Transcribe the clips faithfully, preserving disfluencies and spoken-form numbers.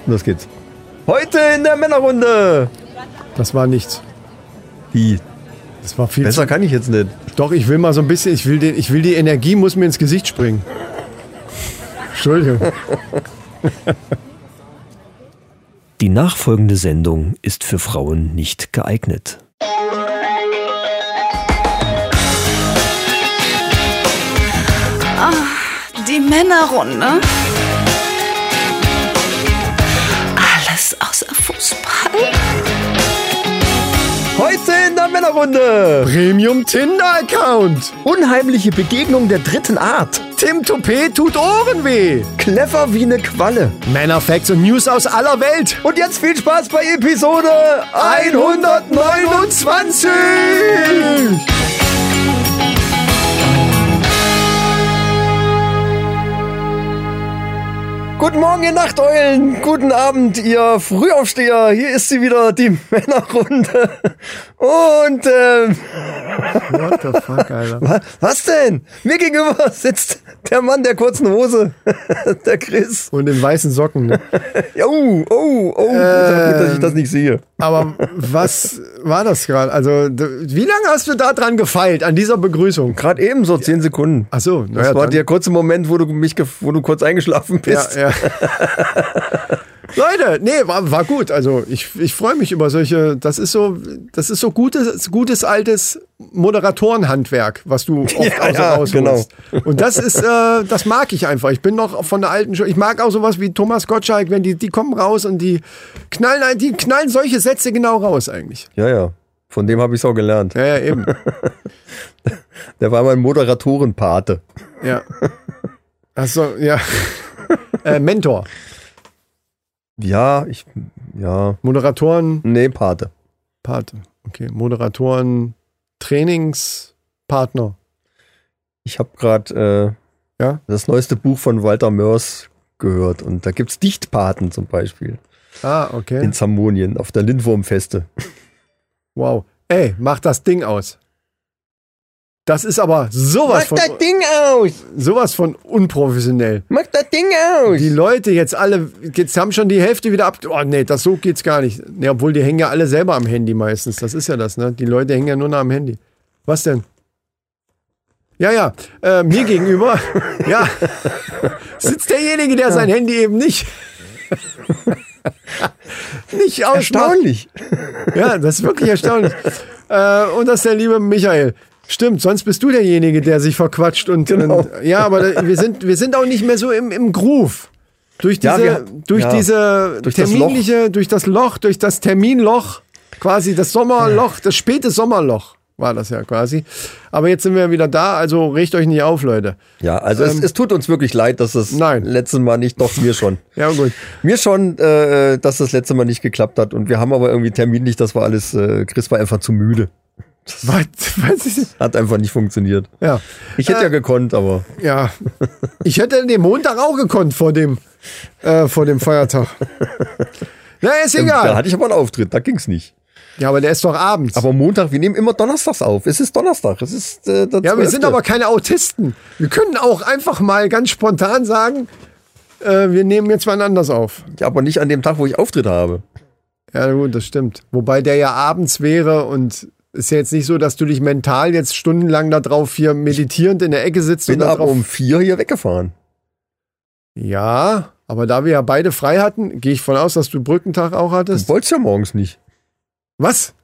Los geht's. Heute in der Männerrunde. Das war nichts. Wie? Das war viel Besser zu... kann ich jetzt nicht. Doch, ich will mal so ein bisschen, ich will, den, ich will die Energie, muss mir ins Gesicht springen. Entschuldigung. Die nachfolgende Sendung ist für Frauen nicht geeignet. Die Männerrunde. Alles außer Fußball. Heute in der Männerrunde. Premium Tinder-Account. Unheimliche Begegnung der dritten Art. Tim Toupet tut Ohren weh. Clever wie eine Qualle. Männerfacts und News aus aller Welt. Und jetzt viel Spaß bei Episode hundertneunundzwanzig. Guten Morgen, ihr Nachteulen. Guten Abend, ihr Frühaufsteher. Hier ist sie wieder, die Männerrunde. Und, ähm... What the fuck, Alter? Was, was denn? Mir gegenüber sitzt der Mann der kurzen Hose, der Chris. Und in weißen Socken, ne? Oh, oh, oh. Ähm, gut, dass ich das nicht sehe. Aber was war das gerade? Also, wie lange hast du da dran gefeilt, an dieser Begrüßung? Gerade eben so zehn Sekunden. Ach so. Das ja, war dann der kurze Moment, wo du mich, wo du kurz eingeschlafen bist. Ja, ja. Leute, nee, war, war gut. Also ich, ich freue mich über solche, das ist so, das ist so gutes, gutes altes Moderatorenhandwerk, was du oft ja, außer ja, rausholst. Genau. Und das ist, äh, das mag ich einfach. Ich bin noch von der alten Show. Ich mag auch sowas wie Thomas Gottschalk, wenn die, die kommen raus und die knallen, die knallen solche Sätze genau raus eigentlich. Ja, ja. Von dem habe ich es auch gelernt. Ja, ja, eben. Der war mein Moderatorenpate. Ja. Achso, ja. äh, Mentor. Ja, ich, ja. Moderatoren. Nee, Pate. Pate. Okay. Moderatoren, Trainingspartner. Ich habe gerade äh, ja? das neueste Buch von Walter Mörs gehört. Und da gibt's Dichtpaten zum Beispiel. Ah, okay. In Zamonien, auf der Lindwurmfeste. Wow. Ey, mach das Ding aus. Das ist aber sowas von... Mach das Ding aus! Sowas von unprofessionell. Mach das Ding aus! Die Leute jetzt alle, jetzt haben schon die Hälfte wieder ab... Oh nee, das so geht's gar nicht. Nee, obwohl die hängen ja alle selber am Handy meistens. Das ist ja das, ne? Die Leute hängen ja nur noch am Handy. Was denn? Ja, ja, äh, mir gegenüber, ja, sitzt derjenige, der ja. sein Handy eben nicht... nicht ausmacht. Erstaunlich. Ja, das ist wirklich erstaunlich. Äh, und das ist der liebe Michael. Stimmt, sonst bist du derjenige, der sich verquatscht und, genau. und ja, aber wir sind wir sind auch nicht mehr so im, im Groove. Durch diese ja, wir, durch ja, diese durch terminliche, das durch das Loch, durch das Terminloch, quasi das Sommerloch, das späte Sommerloch war das ja quasi. Aber jetzt sind wir wieder da, also regt euch nicht auf, Leute. Ja, also ähm, es, es tut uns wirklich leid, dass das nein. letzte Mal nicht, doch mir schon. Ja, gut. Mir schon, äh, dass das letzte Mal nicht geklappt hat und wir haben aber irgendwie terminlich, das war alles, äh, Chris war einfach zu müde. Was? Was ist? Hat einfach nicht funktioniert. Ja. Ich hätte äh, ja gekonnt, aber. Ja. Ich hätte den Montag auch gekonnt vor dem, äh, vor dem Feiertag. Na, ist egal. Da hatte ich aber einen Auftritt, da ging's nicht. Ja, aber der ist doch abends. Aber Montag, wir nehmen immer donnerstags auf. Es ist Donnerstag. Es ist äh, der Ja, wir sind aber keine Autisten. Wir können auch einfach mal ganz spontan sagen, äh, wir nehmen jetzt wann anders auf. Ja, aber nicht an dem Tag, wo ich Auftritt habe. Ja, gut, das stimmt. Wobei der ja abends wäre und ist ja jetzt nicht so, dass du dich mental jetzt stundenlang da drauf hier meditierend in der Ecke sitzt. Bin und aber um vier hier weggefahren. Ja, aber da wir ja beide frei hatten, gehe ich von aus, dass du Brückentag auch hattest. Du wolltest ja morgens nicht. Was?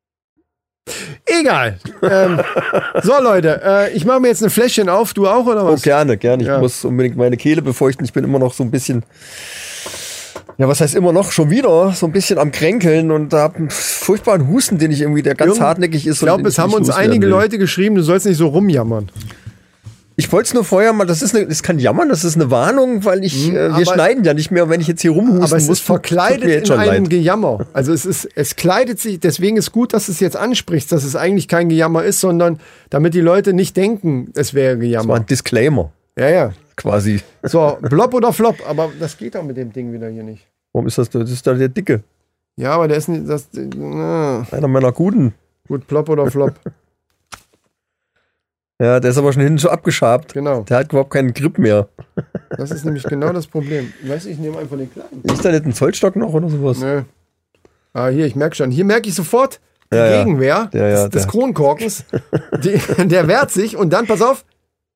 Egal. ähm, so, Leute, äh, ich mache mir jetzt ein Fläschchen auf. Du auch, oder was? Oh, gerne, gerne. Ich ja. muss unbedingt meine Kehle befeuchten. Ich bin immer noch so ein bisschen... Ja, was heißt immer noch? Schon wieder so ein bisschen am Kränkeln und da hab einen furchtbaren Husten, den ich irgendwie, der ganz Jung, hartnäckig ist. Ich glaube, es haben uns einige will. Leute geschrieben, du sollst nicht so rumjammern. Ich wollte es nur vorher mal, das ist eine, das kann jammern, das ist eine Warnung, weil ich, mhm, äh, wir aber, schneiden ja nicht mehr, wenn ich jetzt hier rumhusten aber es muss. Ist verkleidet in einem Gejammer. Also es ist, es kleidet sich, deswegen ist gut, dass du es jetzt ansprichst, dass es eigentlich kein Gejammer ist, sondern damit die Leute nicht denken, es wäre Gejammer. Das war ein Disclaimer. Ja, ja. Quasi. So, Blob oder Flop, aber das geht doch mit dem Ding wieder hier nicht. Warum ist das, das ist da der Dicke? Ja, aber der ist nicht, das, na. Einer meiner Guten. Gut, Plop oder Flop. Ja, der ist aber schon hinten schon abgeschabt. Genau. Der hat überhaupt keinen Grip mehr. Das ist nämlich genau das Problem. Ich weiß, ich nehme einfach den kleinen. Ist da nicht ein Zollstock noch oder sowas? Nö. Ah, hier, ich merke schon. Hier merke ich sofort die Ja, ja. Gegenwehr Ja, ja, des, des der- Kronkorkens. Die, der wehrt sich und dann, pass auf.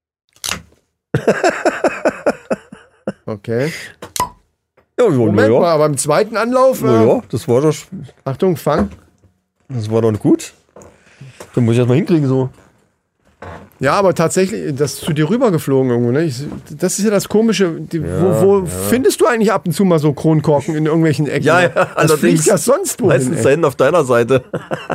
Okay. Ja, ja, Moment ja. mal, aber im zweiten Anlauf. Na Äh, ja, das war doch, Achtung, fang. das war doch gut. Dann muss ich das mal hinkriegen so. Ja, aber tatsächlich, das ist zu dir rübergeflogen irgendwo. Ne? Ich, das ist ja das Komische. Die, wo wo ja. findest du eigentlich ab und zu mal so Kronkorken in irgendwelchen Ecken? Ja, ja, das allerdings. fliegt ja sonst wohin. Meistens da ey. hinten auf deiner Seite.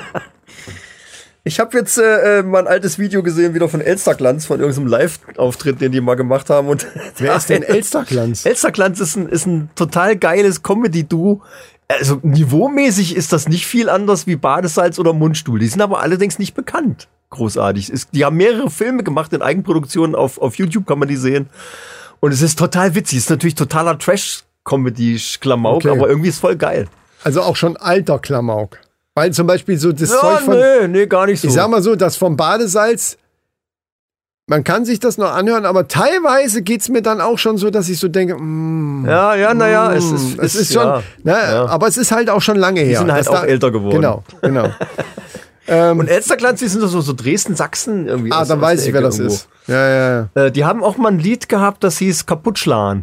Ich habe jetzt äh, mal ein altes Video gesehen, wieder von Elsterglanz, von irgendeinem Live-Auftritt, den die mal gemacht haben. Und Wer ist denn Elsterglanz? Elsterglanz ist ein, ist ein total geiles Comedy-Duo. Also niveaumäßig ist das nicht viel anders wie Badesalz oder Mundstuhl. Die sind aber allerdings nicht bekannt. Großartig. Ist, die haben mehrere Filme gemacht in Eigenproduktionen. Auf, auf YouTube kann man die sehen. Und es ist total witzig. Es ist natürlich totaler Trash-Comedy-Klamauk, Okay. aber irgendwie ist voll geil. Also auch schon alter Klamauk. Weil zum Beispiel so das Ja, Zeug von... nee, nee, gar nicht so. Ich sag mal so, das vom Badesalz, man kann sich das noch anhören, aber teilweise geht's mir dann auch schon so, dass ich so denke, mm, ja, ja, naja, es mm, ist, es ist schon, ja, ne, ja. aber es ist halt auch schon lange her. Die sind halt dass auch älter geworden. Genau, genau. ähm, Und Elsterglanz, die sind so, so Dresden, Sachsen irgendwie. ah, aus- dann aus weiß der ich, wer Ecke das irgendwo. ist. Ja, ja, ja. Äh, die haben auch mal ein Lied gehabt, das hieß Kaputtschlagen.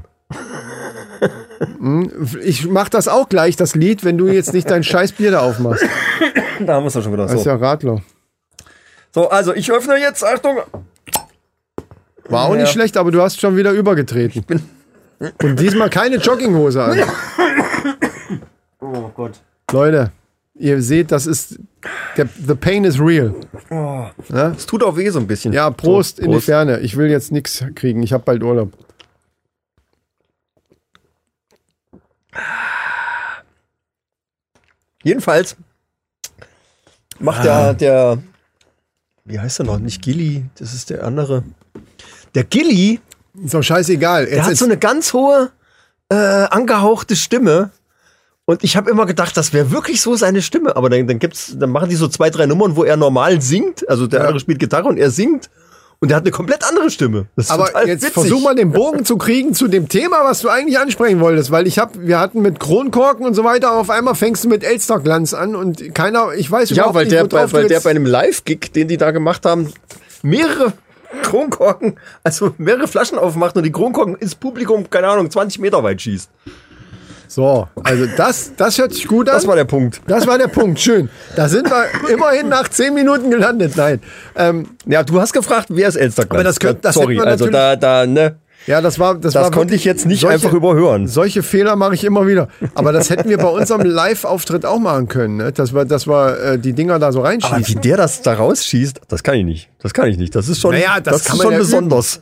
Ich mach das auch gleich, das Lied, wenn du jetzt nicht dein scheiß Bier da aufmachst. Da haben wir es doch schon wieder. Das ist So. ja Radler. so, also ich öffne jetzt, Achtung. War auch Ja. nicht schlecht, aber du hast schon wieder übergetreten. Und diesmal keine Jogginghose an. Oh Gott. Leute, ihr seht, das ist, der, the pain is real. Oh. Ja? Es tut auch weh so ein bisschen. Ja, Prost, So, in die Ferne. Ich will jetzt nichts kriegen. Ich habe bald Urlaub. Jedenfalls macht Ah. der, der, wie heißt er noch? Nicht Gilly, das ist der andere. Der Gilly, Ist doch scheißegal. der Jetzt hat ist, so eine ganz hohe, äh, angehauchte Stimme. Und ich habe immer gedacht, das wäre wirklich so seine Stimme. Aber dann, dann gibt's, dann machen die so zwei, drei Nummern, wo er normal singt. Also der Ja. andere spielt Gitarre und er singt. Und der hat eine komplett andere Stimme. Das ist aber total jetzt witzig. versuch mal den Bogen zu kriegen zu dem Thema, was du eigentlich ansprechen wolltest, weil ich habe, wir hatten mit Kronkorken und so weiter, aber auf einmal fängst du mit Elsterglanz an und keiner, ich weiß Ja, überhaupt weil nicht, der, worauf bei, weil du der jetzt- bei einem Live-Gig, den die da gemacht haben, mehrere Kronkorken, also mehrere Flaschen aufmacht und die Kronkorken ins Publikum, keine Ahnung, zwanzig Meter weit schießt. So, also das, das hört sich gut an. Das war der Punkt. Das war der Punkt, schön. Da sind wir immerhin nach zehn Minuten gelandet. Nein, ähm, Ja, du hast gefragt, wer ist Elsterglanz? Aber das könnt- das Sorry, hätten wir also da, da, ne, ja, das war, das, das war konnte wirklich- ich jetzt nicht solche- einfach überhören. Solche Fehler mache ich immer wieder. Aber das hätten wir bei unserem Live-Auftritt auch machen können, ne? dass wir, dass wir äh, die Dinger da so Aber wie reinschießen. der das da rausschießt, das kann ich nicht. Das kann ich nicht. Das ist schon, Naja, das das kann ist man schon ja besonders.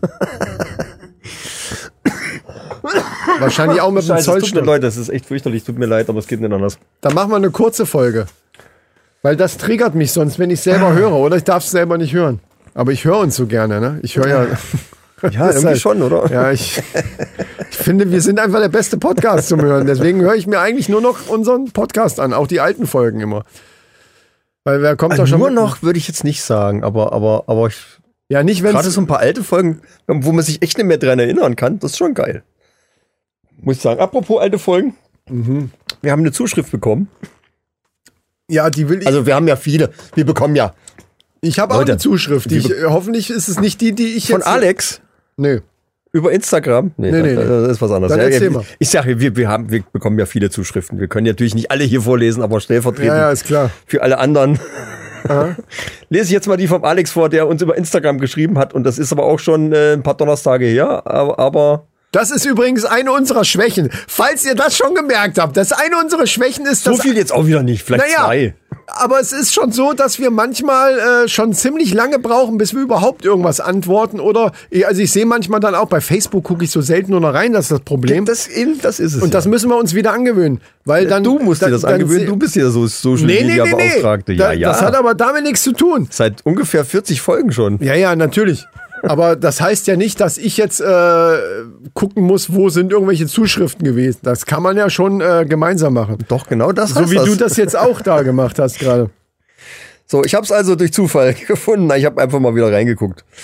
Wahrscheinlich auch mit dem Scheiße, es tut mir, Zollstock. Leute, das ist echt fürchterlich. Tut mir leid, aber es geht nicht anders. Dann machen wir eine kurze Folge. Weil das triggert mich sonst, wenn ich Ah. selber höre. Oder ich darf es selber nicht hören. Aber ich höre uns so gerne. Ne? Ich höre ja... Ja, Das ist irgendwie halt- schon, oder? Ja, ich, ich finde, wir sind einfach der beste Podcast zum Hören. Deswegen höre ich mir eigentlich nur noch unseren Podcast an. Auch die alten Folgen immer. Weil wer kommt da schon Nur mit- noch würde ich jetzt nicht sagen, aber, aber, aber ich, Ja, nicht, wenn gerade es... so ein paar alte Folgen, wo man sich echt nicht mehr dran erinnern kann, das ist schon geil. Muss ich sagen. Apropos alte Folgen. Mhm. Wir haben eine Zuschrift bekommen. Ja, die will ich... Also wir haben ja viele. Wir bekommen ja ich habe auch Leute, eine Zuschrift. Die die ich, hoffentlich ist es nicht die, die ich von jetzt... Alex Nö. über Instagram. Nee, Nee, nee, das, nee. das ist was anderes. Dann Ja, erzähl ja, mal. ich sage, wir, wir, haben, wir bekommen ja viele Zuschriften. Wir können natürlich nicht alle hier vorlesen, aber stellvertretend Ja, ja, ist klar. für alle anderen. Lese ich jetzt mal die vom Alex vor, der uns über Instagram geschrieben hat. Und das ist aber auch schon äh, ein paar Donnerstage her. Aber, aber Das ist übrigens eine unserer Schwächen. Falls ihr das schon gemerkt habt, dass eine unserer Schwächen ist, so dass... viel jetzt auch wieder nicht. Vielleicht Naja, zwei. aber es ist schon so, dass wir manchmal äh, schon ziemlich lange brauchen, bis wir überhaupt irgendwas antworten. Oder, also ich sehe manchmal dann auch bei Facebook, gucke ich so selten nur noch rein, das ist das Problem. Das, eben, das ist es. Und das ja. müssen wir uns wieder angewöhnen. Weil dann, Du musst dir dann, das dann angewöhnen. se- Du bist ja so Social Nee, nee, Media nee, nee. Beauftragte. Ja, Da, ja. Das hat aber damit nichts zu tun. Seit ungefähr vierzig Folgen schon. Ja, ja, natürlich. Aber das heißt ja nicht, dass ich jetzt äh, gucken muss, wo sind irgendwelche Zuschriften gewesen. Das kann man ja schon äh, gemeinsam machen. Doch, genau das So heißt wie das. du das jetzt auch da gemacht hast gerade. So, ich habe es also durch Zufall gefunden. Ich habe einfach mal wieder reingeguckt.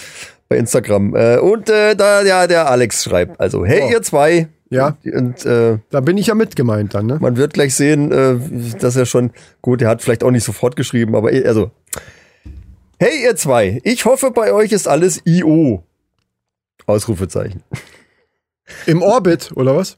Bei Instagram. Äh, und äh, da, ja, der Alex schreibt, also, hey, Oh. ihr zwei. Ja. Und äh, Da bin ich ja mit gemeint dann, ne? man wird gleich sehen, äh, dass er schon, gut, er hat vielleicht auch nicht sofort geschrieben, aber eh, also, hey, ihr zwei, ich hoffe, bei euch ist alles I O. Ausrufezeichen. Im Orbit, oder was?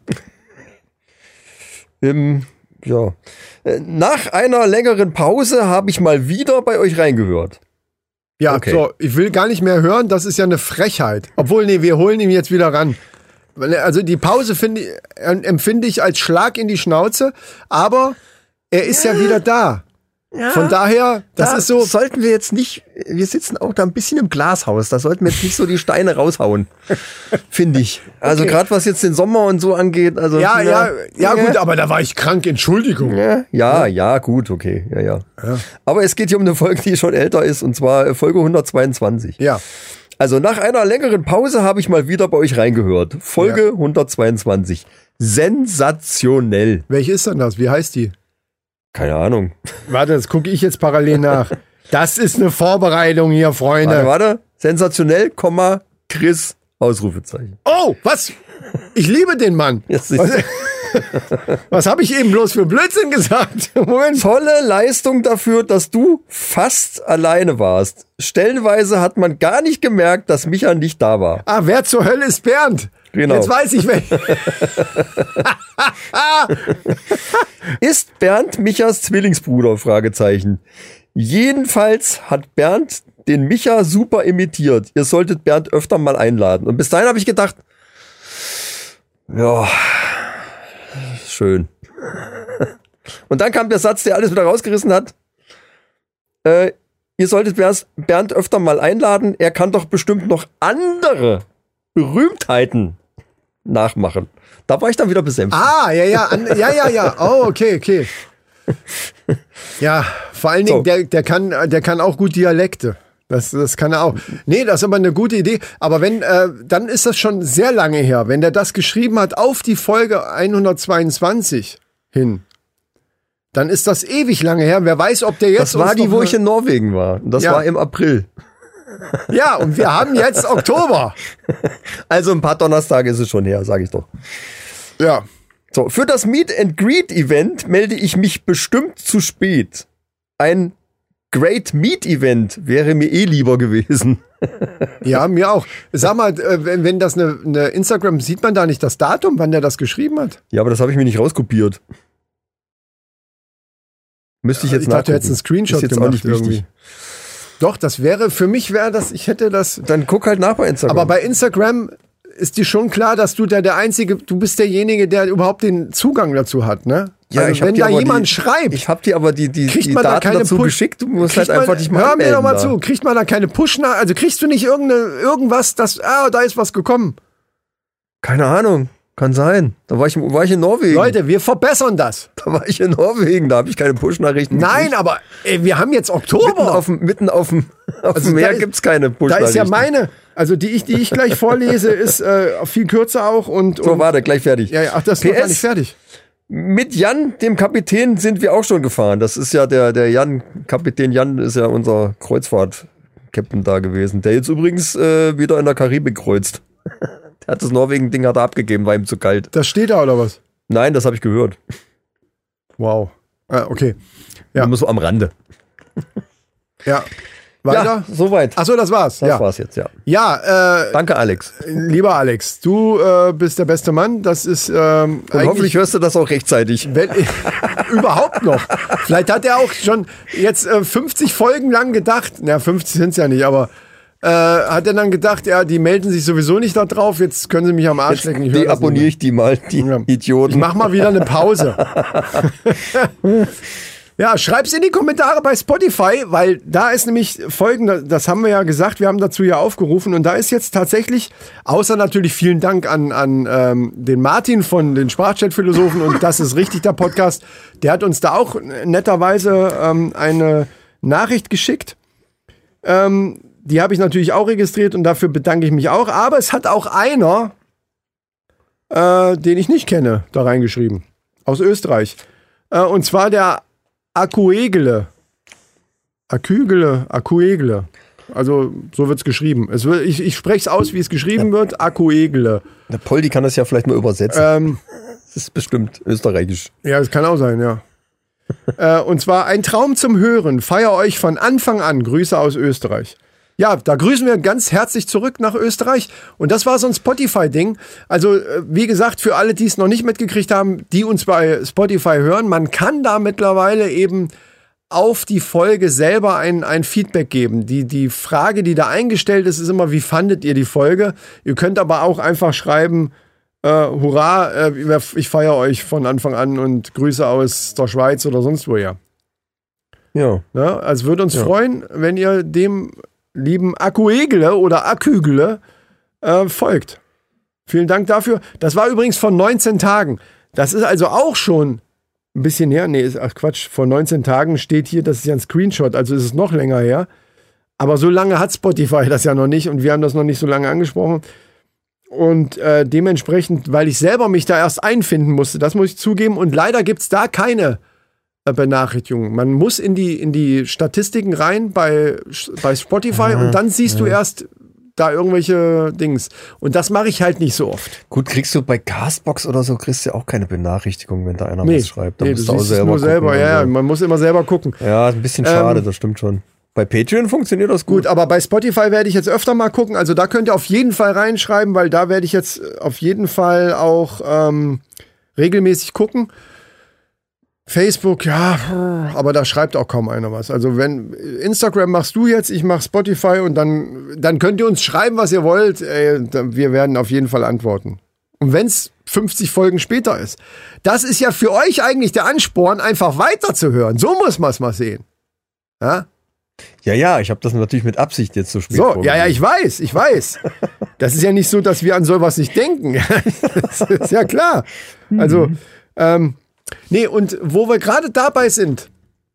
Im, ja. Äh, Nach einer längeren Pause habe ich mal wieder bei euch reingehört. Ja, Okay. so, ich will gar nicht mehr hören, das ist ja eine Frechheit. Obwohl, nee, wir holen ihn jetzt wieder ran. Also die Pause finde ich, äh, empfinde ich als Schlag in die Schnauze, aber er ist ja, wieder da. Von daher, das da ist so. sollten wir jetzt nicht, wir sitzen auch da ein bisschen im Glashaus, da sollten wir jetzt nicht so die Steine raushauen, finde ich. Also Okay. gerade was jetzt den Sommer und so angeht, also Ja, ja, ja, gut, aber da war ich krank, Entschuldigung. Ja, ja, ja, gut, okay, ja, ja, Ja. Aber es geht hier um eine Folge, die schon älter ist, und zwar Folge hundertzweiundzwanzig. Ja. Also nach einer längeren Pause habe ich mal wieder bei euch reingehört. Folge Ja. hundertzweiundzwanzig. Sensationell. Welche ist denn das? Wie heißt die? Keine Ahnung. Warte, das gucke ich jetzt parallel nach. Das ist eine Vorbereitung hier, Freunde. Warte, warte. Sensationell, Komma, Chris, Ausrufezeichen. Oh, was? Ich liebe den Mann. Jetzt ist- Was, was habe ich eben bloß für Blödsinn gesagt? Moment. Tolle Leistung dafür, dass du fast alleine warst. Stellenweise hat man gar nicht gemerkt, dass Micha nicht da war. Ah, wer zur Hölle ist Bernd? Genau. Jetzt weiß ich, wer. Ist Bernd Michas Zwillingsbruder? Fragezeichen. Jedenfalls hat Bernd den Micha super imitiert. Ihr solltet Bernd öfter mal einladen. Und bis dahin habe ich gedacht, ja, schön. Und dann kam der Satz, der alles wieder rausgerissen hat. Äh, ihr solltet Bernd öfter mal einladen. Er kann doch bestimmt noch andere Berühmtheiten nachmachen. Da war ich dann wieder besänftigt. Ah, ja, ja, an, ja, ja, ja. Oh, okay, okay. Ja, vor allen Dingen, So. der, der, kann, der kann auch gut Dialekte. Das, das kann er auch. Nee, das ist aber eine gute Idee. Aber wenn, äh, dann ist das schon sehr lange her. Wenn der das geschrieben hat auf die Folge hundertzweiundzwanzig hin, dann ist das ewig lange her. Wer weiß, ob der jetzt. Das war uns die, noch wo mal- ich in Norwegen war. Und das Ja. war im April. Ja, und wir haben jetzt Oktober. Also ein paar Donnerstage ist es schon her, sage ich doch. Ja. So, für das Meet and Greet Event melde ich mich bestimmt zu spät. Ein Great Meet Event wäre mir eh lieber gewesen. Ja, mir auch. Sag mal, äh, wenn, wenn das eine, eine Instagram, sieht man da nicht das Datum, wann der das geschrieben hat? Ja, aber das habe ich mir nicht rauskopiert. Müsste ich jetzt Ich dachte, du nachgucken. hättest einen Screenshot Ist jetzt gemacht auch nicht wichtig. irgendwie. Doch, das wäre, für mich wäre das, ich hätte das. Dann guck halt nach bei Instagram. Aber bei Instagram ist dir schon klar, dass du der, der Einzige, du bist derjenige, der überhaupt den Zugang dazu hat, ne? ja, also ich hab wenn dir da aber jemand die, schreibt, ich habe dir aber die, die, kriegt die man da Daten keine dazu Push- geschickt. Du musst kriegt halt einfach man, dich mal hör mir anmelden doch mal da. zu, kriegt man da keine Push nach, also kriegst du nicht irgendeine, irgendwas, das, ah, da ist was gekommen. Keine Ahnung. Kann sein. Da war ich, war ich in Norwegen. Leute, wir verbessern das. Da war ich in Norwegen. Da habe ich keine Push-Nachrichten. Nein, aber ey, wir haben jetzt Mitten Oktober. auf dem, mitten auf dem, auf Also dem da Meer ist- gibt's keine Da Push-Nachrichten. ist ja meine, also die ich, die ich gleich vorlese, ist äh, viel kürzer auch und, So, und warte, gleich fertig. ja, ja, ach, das ist noch P S, gar nicht fertig. Mit Jan, dem Kapitän, sind wir auch schon gefahren. Das ist ja der, der Jan, Kapitän Jan ist ja unser Kreuzfahrt-Captain da gewesen. Der jetzt übrigens äh, wieder in der Karibik kreuzt. Der hat das Norwegen-Ding hat er abgegeben, war ihm zu kalt. Das steht da oder was? Nein, das habe ich gehört. Wow. Ah, okay. Ja. Nur so am Rande. Ja. Weiter? Ja, soweit. Achso, das war's. Das ja. war's jetzt, ja. Ja, äh, Danke, Alex. lieber Alex, du äh, bist der beste Mann. Das ist ähm, Und hoffentlich hörst du das auch rechtzeitig. wenn, überhaupt noch. Vielleicht hat er auch schon jetzt äh, fünfzig Folgen lang gedacht, na fünfzig sind's ja nicht, aber äh, hat er dann gedacht, ja, die melden sich sowieso nicht da drauf, jetzt können sie mich am Arsch Jetzt lecken. Ich höre das nicht deabonniere ich die mal, die mehr. Idioten. Ich mach mal wieder eine Pause. Ja, schreib's in die Kommentare bei Spotify, weil da ist nämlich folgende, das haben wir ja gesagt, wir haben dazu ja aufgerufen und da ist jetzt tatsächlich, außer natürlich vielen Dank an, an ähm, den Martin von den Sprachchat-Philosophen und das ist richtig der Podcast, der hat uns da auch netterweise ähm, eine Nachricht geschickt. Ähm, die habe ich natürlich auch registriert und dafür bedanke ich mich auch, aber es hat auch einer, äh, den ich nicht kenne, da reingeschrieben, aus Österreich. Äh, und zwar der Akuegele. Akügele, Akuegele. Also so wird's geschrieben. Es wird, ich ich spreche es aus, wie es geschrieben wird. Akuegle. Der Poldi kann das ja vielleicht mal übersetzen. Ähm, das ist bestimmt österreichisch. ja, das kann auch sein, ja. äh, und zwar ein Traum zum Hören. Feier euch von Anfang an. Grüße aus Österreich. Ja, da grüßen wir ganz herzlich zurück nach Österreich. Und das war so ein Spotify-Ding. Also, wie gesagt, für alle, die es noch nicht mitgekriegt haben, die uns bei Spotify hören, man kann da mittlerweile eben auf die Folge selber ein, ein Feedback geben. Die, die Frage, die da eingestellt ist, ist immer, wie fandet ihr die Folge? Ihr könnt aber auch einfach schreiben, äh, hurra, äh, ich feiere euch von Anfang an und Grüße aus der Schweiz oder sonst woher. Ja. Ja, also würde uns Ja. freuen, wenn ihr dem lieben Akuegle oder Akügle äh, folgt. Vielen Dank dafür. Das war übrigens von neunzehn Tagen. Das ist also auch schon ein bisschen her. Nee, ist, ach Quatsch, vor neunzehn Tagen steht hier, das ist ja ein Screenshot, also ist es noch länger her. Aber so lange hat Spotify das ja noch nicht und wir haben das noch nicht so lange angesprochen. Und äh, dementsprechend, weil ich selber mich da erst einfinden musste, das muss ich zugeben. Und leider gibt es da keine Benachrichtigung. Man muss in die, in die Statistiken rein bei, bei Spotify und dann siehst du erst da irgendwelche Dings. Und das mache ich halt nicht so oft. Gut, kriegst du bei Castbox oder so, kriegst du ja auch keine Benachrichtigung, wenn da einer Nee, was schreibt. Da nee, musst du du auch siehst es selber nur gucken selber. und Ja, so. man muss immer selber gucken. Ja, ist ein bisschen schade, Ähm, das stimmt schon. Bei Patreon funktioniert das gut. Gut, aber bei Spotify werde ich jetzt öfter mal gucken. Also da könnt ihr auf jeden Fall reinschreiben, weil da werde ich jetzt auf jeden Fall auch ähm, regelmäßig gucken. Facebook, ja, aber da schreibt auch kaum einer was. Also wenn Instagram machst du jetzt, ich mach Spotify und dann, dann könnt ihr uns schreiben, was ihr wollt. Ey, wir werden auf jeden Fall antworten. Und wenn es fünfzig Folgen später ist. Das ist ja für euch eigentlich der Ansporn, einfach weiterzuhören. So muss man es mal sehen. Ja? Ja, ja, ich habe das natürlich mit Absicht jetzt so spät So, vorgelesen. ja, ja, ich weiß, ich weiß. Das ist ja nicht so, dass wir an sowas nicht denken. Das ist ja klar. Also, ähm, nee, und wo wir gerade dabei sind,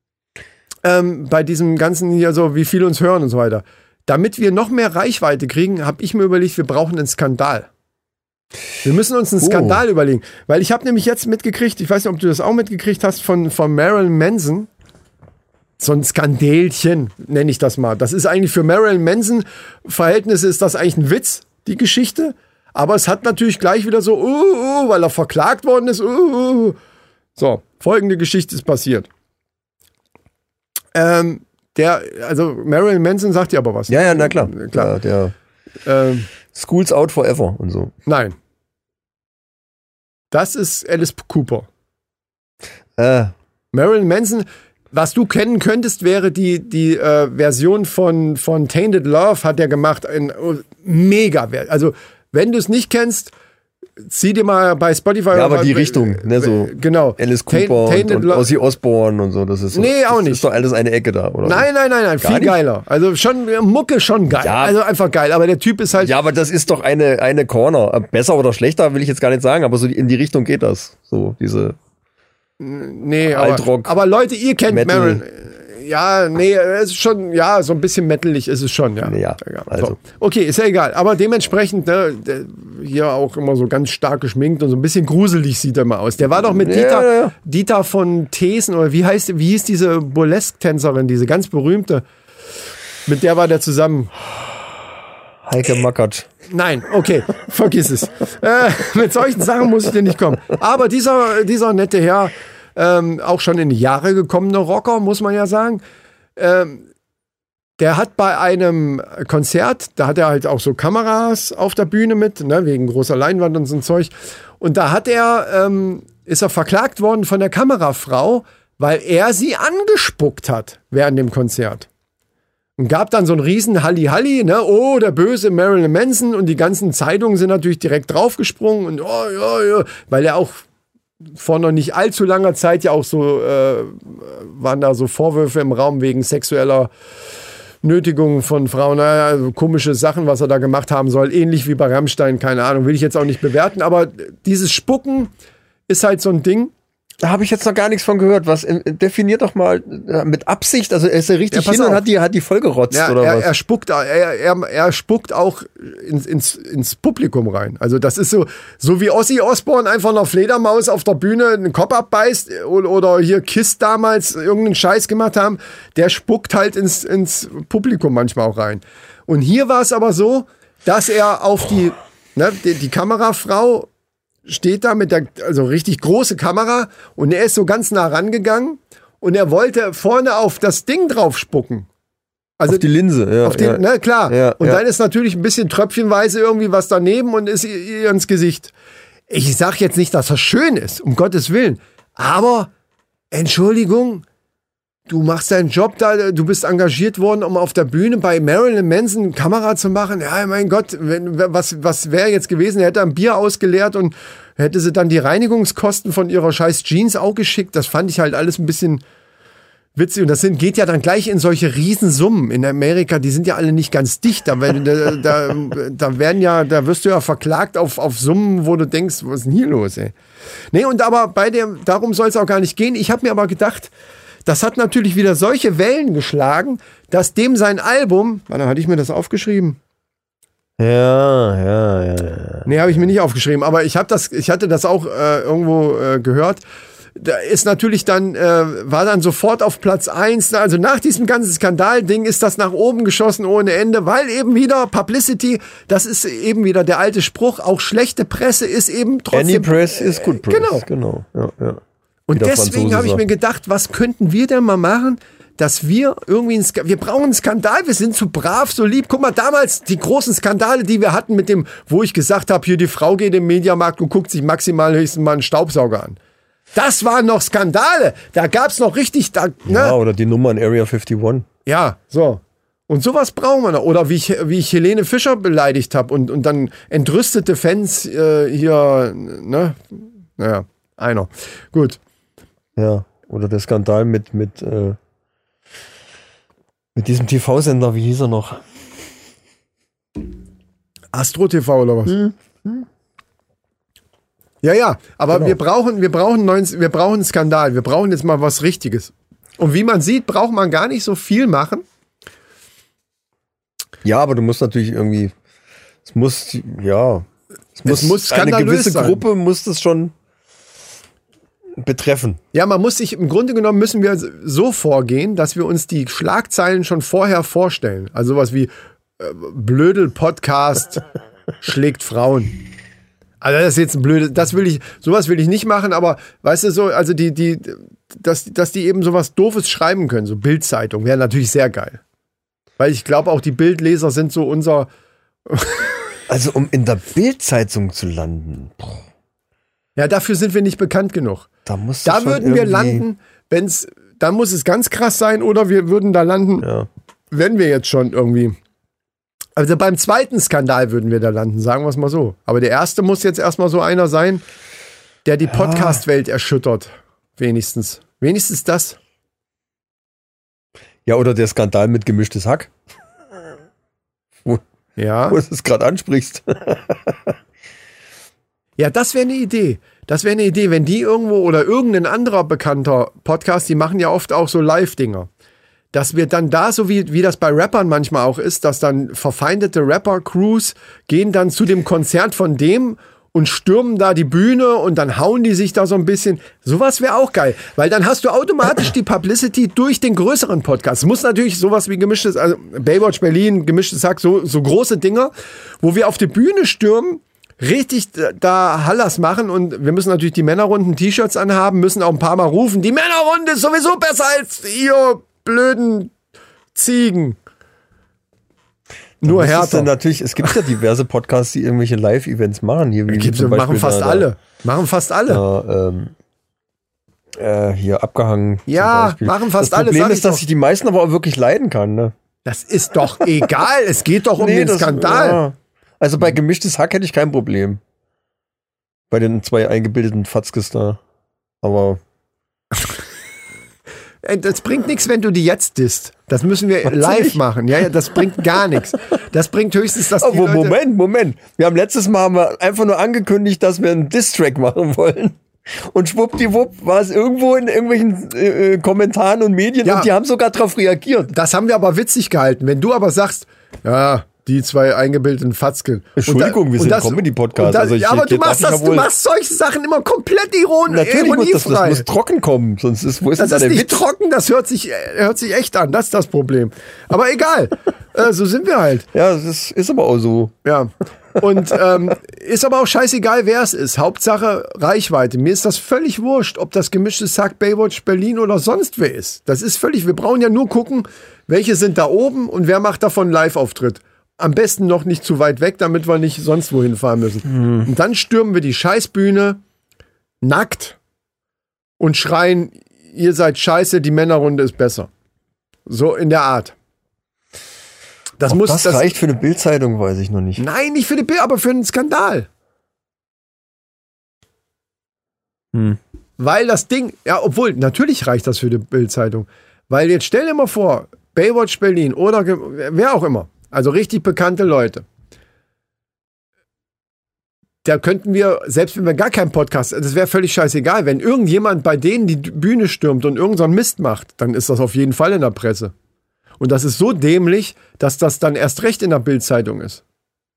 ähm, bei diesem ganzen hier so, wie viele uns hören und so weiter, damit wir noch mehr Reichweite kriegen, habe ich mir überlegt, wir brauchen einen Skandal. Wir müssen uns einen Oh. Skandal überlegen. Weil ich habe nämlich jetzt mitgekriegt, ich weiß nicht, ob du das auch mitgekriegt hast, von, von Marilyn Manson, so ein Skandälchen, nenne ich das mal. Das ist eigentlich für Marilyn Manson Verhältnisse ist das eigentlich ein Witz, die Geschichte. Aber es hat natürlich gleich wieder so, uh, uh, weil er verklagt worden ist. Uh, uh. So, folgende Geschichte ist passiert. Ähm, der, also Marilyn Manson sagt dir aber was. Ja, ja, na klar. Klar. Der, der Ähm, School's out forever und so. nein. Das ist Alice Cooper. Äh, Marilyn Manson, was du kennen könntest, wäre die, die äh, Version von, von Tainted Love, hat er gemacht. Ein oh, mega. Also, wenn du es nicht kennst, zieh dir mal bei Spotify. ja, aber mal- die Richtung, ne, so Genau. Alice Taint- Cooper und, Tainted und Love. Ozzy Osbourne und so. Das ist so, Nee, auch das nicht. ist doch alles eine Ecke da, oder? Nein, nein, nein, nein, Gar viel nicht? geiler. Also schon, Mucke schon geil. Ja. Also einfach geil. Aber der Typ ist halt. Ja, aber das ist doch eine, eine Corner. Besser oder schlechter will ich jetzt gar nicht sagen, aber so in die Richtung geht das. So, diese. Nee, aber, Altrock. aber Leute, ihr kennt Metal. Marilyn. Ja, nee, es ist schon, ja, so ein bisschen metalig ist es schon, ja. Ja, also. So. Okay, ist ja egal. Aber dementsprechend, ne, der, hier auch immer so ganz stark geschminkt und so ein bisschen gruselig sieht er mal aus. Der war doch mit Ja, Dieter, ja, ja. Dieter von Thesen, oder wie heißt, wie hieß diese Burlesque-Tänzerin, diese ganz berühmte? Mit der war der zusammen. Heike Mackert. Nein, okay, vergiss es. Äh, mit solchen Sachen muss ich dir nicht kommen. Aber dieser, dieser nette Herr, ähm, auch schon in die Jahre gekommene Rocker, muss man ja sagen, ähm, der hat bei einem Konzert, da hat er halt auch so Kameras auf der Bühne mit, ne, wegen großer Leinwand und so ein Zeug. Und da hat er, ähm, ist er verklagt worden von der Kamerafrau, weil er sie angespuckt hat während dem Konzert. Und gab dann so ein riesen Hallihalli, ne? Oh, der böse Marilyn Manson, und die ganzen Zeitungen sind natürlich direkt draufgesprungen und oh, ja, ja, weil er auch vor noch nicht allzu langer Zeit ja auch so, äh, waren da so Vorwürfe im Raum wegen sexueller Nötigung von Frauen, naja, also komische Sachen, was er da gemacht haben soll, ähnlich wie bei Rammstein, keine Ahnung, will ich jetzt auch nicht bewerten, aber dieses Spucken ist halt so ein Ding. Da habe ich jetzt noch gar nichts von gehört. Was äh, definiert doch mal äh, mit Absicht, also er ist ja richtig Ja, pass hin und auf. hat die, hat die vollgerotzt Ja, oder er, was? er spuckt, er, er, er spuckt auch ins, ins, ins Publikum rein. Also das ist so, so wie Ozzy Osbourne einfach einer Fledermaus auf der Bühne einen Kopf abbeißt oder, oder hier Kiss damals irgendeinen Scheiß gemacht haben, der spuckt halt ins, ins Publikum manchmal auch rein. Und hier war es aber so, dass er auf die, ne, die, die Kamerafrau steht da mit der, also richtig große Kamera und er ist so ganz nah rangegangen und er wollte vorne auf das Ding drauf spucken. Also auf die Linse, ja. auf den, ja. ne, klar. Ja, und ja. dann ist natürlich ein bisschen tröpfchenweise irgendwie was daneben und ist ihr, ihr ins Gesicht. Ich sag jetzt nicht, dass das schön ist, um Gottes Willen. Aber, Entschuldigung, du machst deinen Job da, du bist engagiert worden, um auf der Bühne bei Marilyn Manson Kamera zu machen. Ja, mein Gott, wenn, was, was wäre jetzt gewesen? Er hätte ein Bier ausgeleert und hätte sie dann die Reinigungskosten von ihrer scheiß Jeans auch geschickt. Das fand ich halt alles ein bisschen witzig. Und das sind, geht ja dann gleich in solche Riesensummen. In Amerika, die sind ja alle nicht ganz dicht. Da, da, da, da werden ja, da wirst du ja verklagt auf, auf Summen, wo du denkst, was ist denn hier los, ey? Nee, und aber bei dem, darum soll es auch gar nicht gehen. Ich habe mir aber gedacht, das hat natürlich wieder solche Wellen geschlagen, dass dem sein Album, warte, hatte ich mir das aufgeschrieben? Ja, ja, ja, ja. Nee, habe ich mir nicht aufgeschrieben, aber ich habe das, ich hatte das auch äh, irgendwo äh, gehört. Da ist natürlich dann, äh, war dann sofort auf Platz eins, also nach diesem ganzen Skandal-Ding ist das nach oben geschossen ohne Ende, weil eben wieder Publicity, das ist eben wieder der alte Spruch, auch schlechte Presse ist eben trotzdem... Any press is good press. Genau. Genau, ja, ja. Und der deswegen Franzose habe ich sagt. mir gedacht, was könnten wir denn mal machen, dass wir irgendwie, einen Ska- wir brauchen einen Skandal, wir sind zu brav, so lieb. Guck mal, damals die großen Skandale, die wir hatten mit dem, wo ich gesagt habe, hier die Frau geht im Mediamarkt und guckt sich maximal höchstens mal einen Staubsauger an. Das waren noch Skandale. Da gab's noch richtig, da, Ja, ne? oder die Nummer in Area einundfünfzig. Ja, so. Und sowas brauchen wir noch. Oder wie ich, wie ich Helene Fischer beleidigt habe und, und dann entrüstete Fans äh, hier, ne? Naja, einer. Gut. Ja, oder der Skandal mit, mit, äh, mit diesem T V-Sender, wie hieß er noch? Astro T V oder was? Hm. Hm. Ja, ja, aber Genau. wir brauchen, wir brauchen einen neuen, wir brauchen einen Skandal. Wir brauchen jetzt mal was Richtiges. Und wie man sieht, braucht man gar nicht so viel machen. Ja, aber du musst natürlich irgendwie, es muss, ja, es muss, muss eine skandalös gewisse sein. Gruppe muss das schon betreffen. Ja, man muss sich, im Grunde genommen müssen wir so vorgehen, dass wir uns die Schlagzeilen schon vorher vorstellen. Also sowas wie äh, Blödel-Podcast schlägt Frauen. Also das ist jetzt ein blödes, das will ich, sowas will ich nicht machen, aber weißt du so, also die, die, dass, dass die eben sowas Doofes schreiben können, so Bild-Zeitung, wäre natürlich sehr geil. Weil ich glaube auch die Bildleser sind so unser, Also um in der Bildzeitung zu landen, boah, ja, dafür sind wir nicht bekannt genug. da muss Da schon würden wir irgendwie- landen, wenn's, dann muss es ganz krass sein, oder wir würden da landen, Ja. wenn wir jetzt schon irgendwie. Also beim zweiten Skandal würden wir da landen, sagen wir es mal so. Aber der erste muss jetzt erstmal so einer sein, der die Podcast-Welt erschüttert. Wenigstens. Wenigstens das. Ja, oder der Skandal mit gemischtes Hack, Ja. wo du es gerade ansprichst. Ja, das wäre eine Idee. Das wäre eine Idee, wenn die irgendwo oder irgendein anderer bekannter Podcast, die machen ja oft auch so Live-Dinger. Dass wir dann da, so wie, wie das bei Rappern manchmal auch ist, dass dann verfeindete Rapper-Crews gehen dann zu dem Konzert von dem und stürmen da die Bühne und dann hauen die sich da so ein bisschen. Sowas wäre auch geil, weil dann hast du automatisch die Publicity durch den größeren Podcast. Es muss natürlich sowas wie gemischtes, also Baywatch Berlin, gemischtes Hack, so, so große Dinger, wo wir auf die Bühne stürmen, richtig da Hallas machen und wir müssen natürlich die Männerrunden T-Shirts anhaben, müssen auch ein paar Mal rufen, die Männerrunde ist sowieso besser als ihr blöden Ziegen. Nur Das ist härter. dann natürlich, es gibt ja diverse Podcasts, die irgendwelche Live-Events machen. Hier, wie Gibt's, zum machen Beispiel fast da, alle. Machen fast alle. Da, ähm, äh, hier abgehangen. Ja, zum Beispiel. machen fast das alle, Problem sag ich ist, dass doch. ich die meisten aber auch wirklich leiden kann. Ne? Das ist doch egal. Es geht doch um Nee, den das- Skandal. ja. Also bei gemischtes Hack hätte ich kein Problem. Bei den zwei eingebildeten Fatzkes da. Aber Ey, Das bringt nichts, wenn du die jetzt disst. Das müssen wir Meinst du live nicht? machen. Ja, ja, das bringt gar nichts. Das bringt höchstens, dass die oh, Leute... Moment, Moment. Wir haben letztes Mal haben wir einfach nur angekündigt, dass wir einen Diss-Track machen wollen. Und schwuppdiwupp war es irgendwo in irgendwelchen äh, Kommentaren und Medien Ja. und die haben sogar darauf reagiert. Das haben wir aber witzig gehalten. Wenn du aber sagst, ja, die zwei eingebildeten Fatzken. Entschuldigung, Und da- wir und sind das- Comedy-Podcast. und das- Also ich- ja, aber ich- du darf machst ich das, ja du wohl- machst solche Sachen immer komplett ironisch, Natürlich muss das, das ironiefrei. muss trocken kommen, sonst ist, wo ist Das denn ist da der nicht Witz? trocken, das hört sich, äh, hört sich echt an. Das ist das Problem. Aber egal. äh, so sind wir halt. Ja, das ist, ist aber auch so. Ja. Und ähm, ist aber auch scheißegal, wer es ist. Hauptsache Reichweite. Mir ist das völlig wurscht, ob das gemischtes Sack Baywatch Berlin oder sonst wer ist. Das ist völlig, wir brauchen ja nur gucken, welche sind da oben und wer macht davon einen Live-Auftritt. Am besten noch nicht zu weit weg, damit wir nicht sonst wohin fahren müssen. Hm. Und dann stürmen wir die Scheißbühne nackt und schreien, ihr seid scheiße, die Männerrunde ist besser. So in der Art. Das Ob muss das, das reicht für eine Bildzeitung, weiß ich noch nicht. Nein, nicht für die Bild, aber für einen Skandal. Hm. Weil das Ding, ja, obwohl, natürlich reicht das für die Bild-Zeitung. Weil jetzt stell dir mal vor, Baywatch Berlin oder ge- wer auch immer, also richtig bekannte Leute. Da könnten wir, selbst wenn wir gar keinen Podcast, das wäre völlig scheißegal, wenn irgendjemand bei denen die Bühne stürmt und irgend so einen Mist macht, dann ist das auf jeden Fall in der Presse. Und das ist so dämlich, dass das dann erst recht in der Bild-Zeitung ist.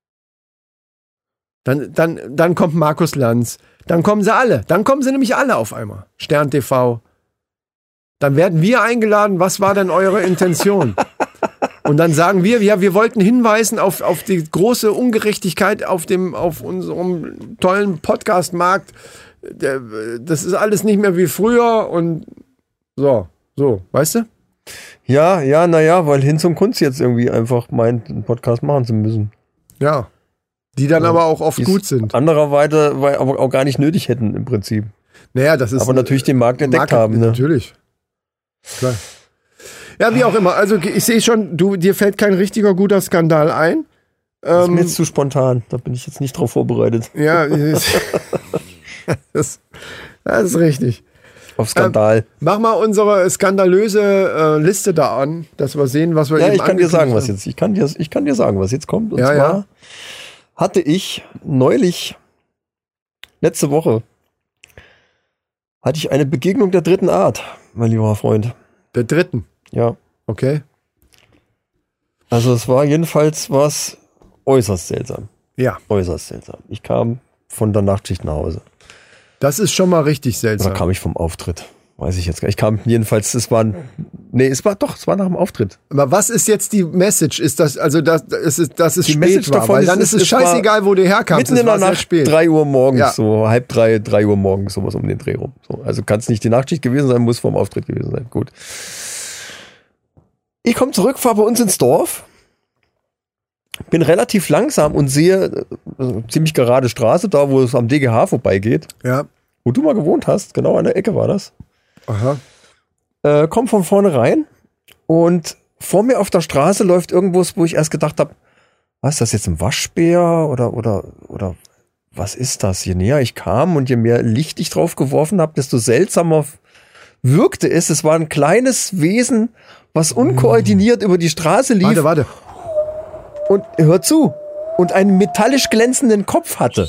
Dann, dann, dann kommt Markus Lanz, dann kommen sie alle, dann kommen sie nämlich alle auf einmal. Stern T V. Dann werden wir eingeladen, was war denn eure Intention? Und dann sagen wir, ja, wir wollten hinweisen auf, auf die große Ungerechtigkeit auf dem, auf unserem tollen Podcast-Markt. Der- Das ist alles nicht mehr wie früher und so, so, weißt du? Ja, ja, naja, weil Hinz und Kunz jetzt irgendwie einfach meint, einen Podcast machen zu müssen. Ja. Die dann aber auch oft Die es gut sind. Andererweise, weil aber auch gar nicht nötig hätten im Prinzip. Naja, das ist Aber natürlich den Markt entdeckt Marke- haben. Ne? Natürlich. Klar. Ja, wie auch immer. Also ich sehe schon, du, dir fällt kein richtiger guter Skandal ein. Das ist Ähm, mir jetzt zu spontan. Da bin ich jetzt nicht drauf vorbereitet. ja, das, das ist richtig. Auf Skandal. Mach mal unsere skandalöse äh, Liste da an, dass wir sehen, was wir ja, eben ich kann dir sagen, was angekündigt jetzt. Ich kann dir, ich kann dir sagen, was jetzt kommt. Und Ja, zwar ja. hatte ich neulich, letzte Woche, hatte ich eine Begegnung der dritten Art, mein lieber Freund. haben. Der dritten, Ja. okay? Also es war jedenfalls was äußerst seltsam. Ja, Äußerst seltsam. Ich kam von der Nachtschicht nach Hause. das ist schon mal richtig Oder seltsam. kam ich vom Auftritt? Weiß ich jetzt gar nicht. Ich kam jedenfalls, es war, nee, es war doch, es war nach dem Auftritt. Aber was ist jetzt die Message? Ist das, also das, das ist, das ist Die spät Message war, davon weil ist, dann ist es es war scheißegal, wo du herkamst. Mitten Es in der war sehr Nacht, spät. drei Uhr morgens, Ja. so halb drei, drei Uhr morgens, sowas um den Dreh rum. So, also kann es nicht die Nachtschicht gewesen sein, muss vom Auftritt gewesen sein. Gut. Ich komme zurück, fahre bei uns ins Dorf, bin relativ langsam und sehe äh, ziemlich gerade Straße, da wo es am D G H vorbeigeht, Ja, wo du mal gewohnt hast, genau an der Ecke war das. aha. Äh, komm von vorne rein und vor mir auf der Straße läuft irgendwas, wo ich erst gedacht habe, was ist das jetzt, ein Waschbär oder oder oder was ist das? Je näher ich kam und je mehr Licht ich drauf geworfen habe, desto seltsamer wirkte es. Es war ein kleines Wesen, was unkoordiniert über die Straße lief Warte, warte. und hör zu und einen metallisch glänzenden Kopf hatte.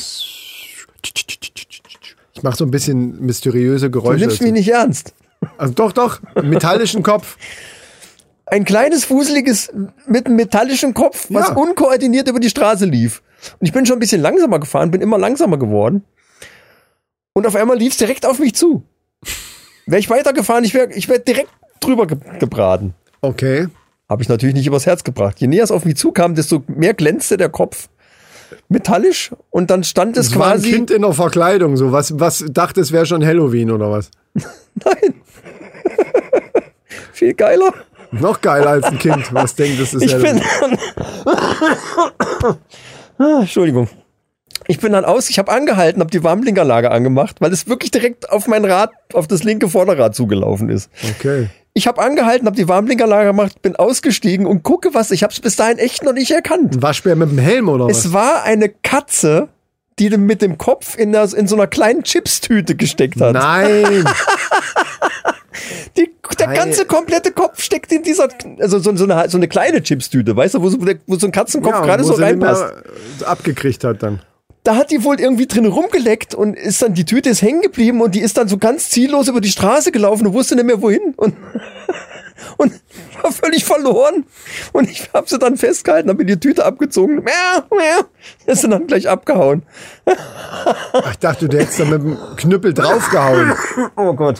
Ich mache so ein bisschen mysteriöse Du Geräusche. nimmst mich nicht ernst. Also doch, doch, einen metallischen Kopf. Ein kleines, fuseliges, mit einem metallischen Kopf, was Ja. unkoordiniert über die Straße lief. Und ich bin schon ein bisschen langsamer gefahren, bin immer langsamer geworden. Und auf einmal lief es direkt auf mich zu. Wäre ich weitergefahren, ich wäre ich wär direkt drüber ge gebraten. Okay. Habe ich natürlich nicht übers Herz gebracht. Je näher es auf mich zukam, desto mehr glänzte der Kopf metallisch. Und dann stand es Es war ein quasi... Kind in der Verkleidung, so was, was dachte, es wäre schon Halloween oder was? Nein. Viel geiler. Noch geiler als ein Kind, was denkt, es ist Ich Halloween. bin ah, Entschuldigung. Ich bin dann aus, ich habe angehalten, habe die Warnblinkerlage angemacht, weil es wirklich direkt auf mein Rad, auf das linke Vorderrad zugelaufen ist. Okay. Ich habe angehalten, habe die Warnblinkerlage gemacht, bin ausgestiegen und gucke was. Ich habe es bis dahin echt noch nicht erkannt. Ein Waschbär mit dem Helm oder was? Es war eine Katze, die mit dem Kopf in, der, in so einer kleinen Chipstüte gesteckt hat. Nein. Die, der Nein. ganze komplette Kopf steckt in dieser, also so, so, eine, so eine kleine Chipstüte, weißt du, wo so, wo so ein Katzenkopf Ja, gerade wo so sie nicht reinpasst. mehr abgekriegt hat dann. da hat die wohl irgendwie drin rumgeleckt und ist dann, die Tüte ist hängen geblieben und die ist dann so ganz ziellos über die Straße gelaufen und wusste nicht mehr wohin und, und war völlig verloren. Und ich habe sie dann festgehalten, habe mir die Tüte abgezogen. Ist sie dann gleich abgehauen. Ach, ich dachte, du hättest da mit dem Knüppel draufgehauen. Oh Gott.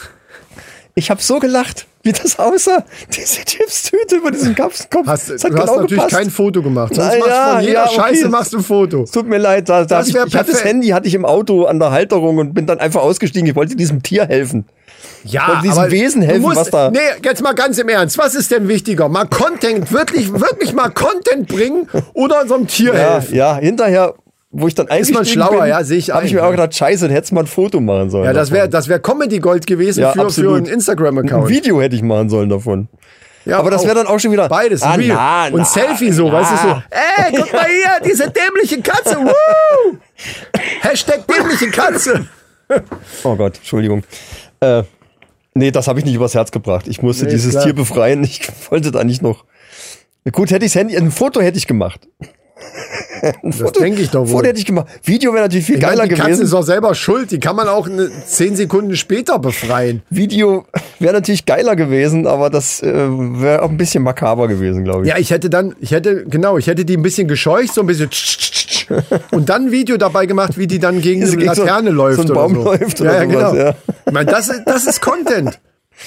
Ich habe so gelacht, wie das aussah. Diese Chipstüte über diesen Kapsenkopf. Hast, du das hast hat genau natürlich gepasst. kein Foto gemacht. Sonst Na, machst ja, du von jeder ja, okay. Scheiße machst du ein Foto. Tut mir leid, da, da Das ich, wär ich hatte das perfekt. Handy hatte ich im Auto an der Halterung und bin dann einfach ausgestiegen. Ich wollte diesem Tier helfen. Ja, wollte diesem aber Wesen du helfen, musst, was da... Nee, jetzt mal ganz im Ernst. Was ist denn wichtiger? Mal Content, wirklich, wirklich mal Content bringen oder so einem Tier Ja, helfen? ja, hinterher, wo ich dann Ist man eingestiegen schlauer, bin, ja, sehe ich habe ich ein, mir ja. auch gedacht, scheiße, dann hättest du mal ein Foto machen sollen. Ja, das davon. wäre das wär Comedy Gold gewesen Ja, für, für absolut. einen Ein Instagram-Account. Video hätte ich machen sollen davon. Ja, aber das auch. wäre dann auch schon wieder... Beides, Ah, Real. na, Und na, Selfie so, na. weißt du, so, ey, guck mal hier, diese dämliche Katze, woo! Hashtag dämliche Katze. Oh Gott, Entschuldigung. Äh, nee, das habe ich nicht übers Herz gebracht. Ich musste Nee, dieses klar. Tier befreien. Ich wollte da nicht noch... Gut, hätte ich Handy... Ein Foto hätte ich gemacht. Ein Das denke ich doch wohl. Foto hätte ich gemacht. Video wäre natürlich viel Ich geiler meine, die Katze gewesen. ist auch selber schuld, die kann man auch eine, zehn Sekunden später befreien. Video wäre natürlich geiler gewesen, aber das äh, wäre auch ein bisschen makaber gewesen, glaube ich. Ja, ich hätte dann, ich hätte, genau, ich hätte die ein bisschen gescheucht, so ein bisschen und dann ein Video dabei gemacht, wie die dann gegen Wie sie eine gegen so- Laterne läuft so einen oder Baum so. läuft ja, oder ja, sowas, genau. ja. Ich meine, das, ist- das ist Content.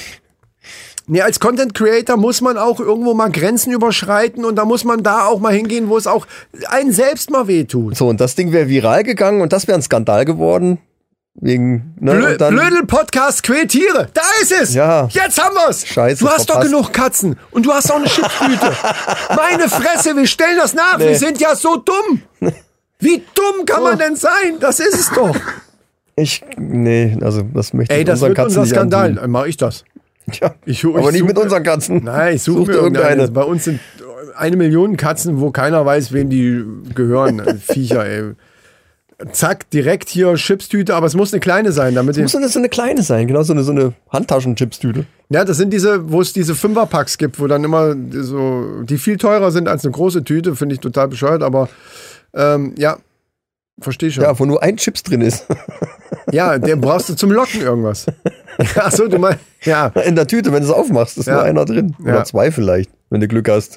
Nee, als Content Creator muss man auch irgendwo mal Grenzen überschreiten und da muss man da auch mal hingehen, wo es auch einen selbst mal wehtut. So, und das Ding wäre viral gegangen und das wäre ein Skandal geworden. Wegen, ne, Blö und dann, Blödel-Podcast Quätiere. Da ist es. Ja. Jetzt haben wir's. Scheiße, Du hast doch verpasst. genug Katzen und du hast auch eine Chipstüte. Meine Fresse, wir stellen das nach. Nee. Wir sind ja so dumm. Wie dumm kann man denn sein? Das ist es doch. ich, nee, also das möchte Ey, ich das unseren wird Katzen unser nicht Skandal. antun. Dann mach ich das. Ja, Ich, ich aber nicht such- mit unseren Katzen. Nein, ich suche Such mir dir irgendeine. irgendeine. Bei uns sind eine Million Katzen, wo keiner weiß, wem die gehören. Viecher, ey. Zack, direkt hier Chipstüte, aber es muss eine kleine sein, damit Muss so eine, so eine kleine sein, genau, so eine, so eine Handtaschenchipstüte. Ja, das sind diese, wo es diese Fünferpacks gibt, wo dann immer so, die viel teurer sind als eine große Tüte, finde ich total bescheuert, aber ähm, ja, verstehe schon. Ja, wo nur ein Chips drin ist. Ja, den brauchst du zum Locken irgendwas. Achso, du meinst, ja. In der Tüte, wenn du es aufmachst, ist Ja. nur einer drin. Oder Ja. zwei vielleicht, wenn du Glück hast.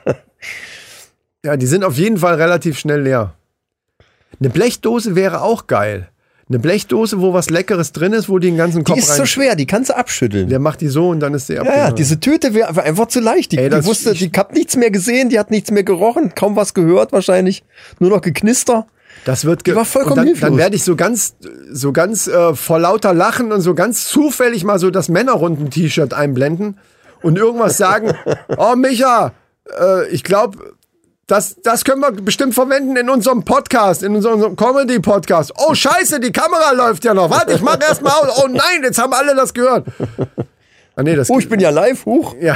Ja, die sind auf jeden Fall relativ schnell leer. Eine Blechdose wäre auch geil. Eine Blechdose, wo was Leckeres drin ist, wo die den ganzen Kopf Die ist rein... so schwer, die kannst du abschütteln. Der macht die so und dann ist die Ja, ja, abgegangen. diese Tüte wäre einfach zu leicht. Die, Ey, die das- wusste, ich- die hat nichts mehr gesehen, die hat nichts mehr gerochen, kaum was gehört wahrscheinlich. Nur noch Geknister. Das wird ge- Die war vollkommen und dann, hilflos. dann werde ich so ganz, so ganz äh, vor lauter Lachen und so ganz zufällig mal so das Männerrunden-T-Shirt einblenden und irgendwas sagen. Oh, Micha, äh, ich glaube, das, das können wir bestimmt verwenden in unserem Podcast, in unserem, unserem Comedy-Podcast. Oh, scheiße, die Kamera läuft ja noch. Warte, ich mach erst mal aus. Oh nein, jetzt haben alle das gehört. Ah, nee, das Oh, ich bin ja live, huch. ja.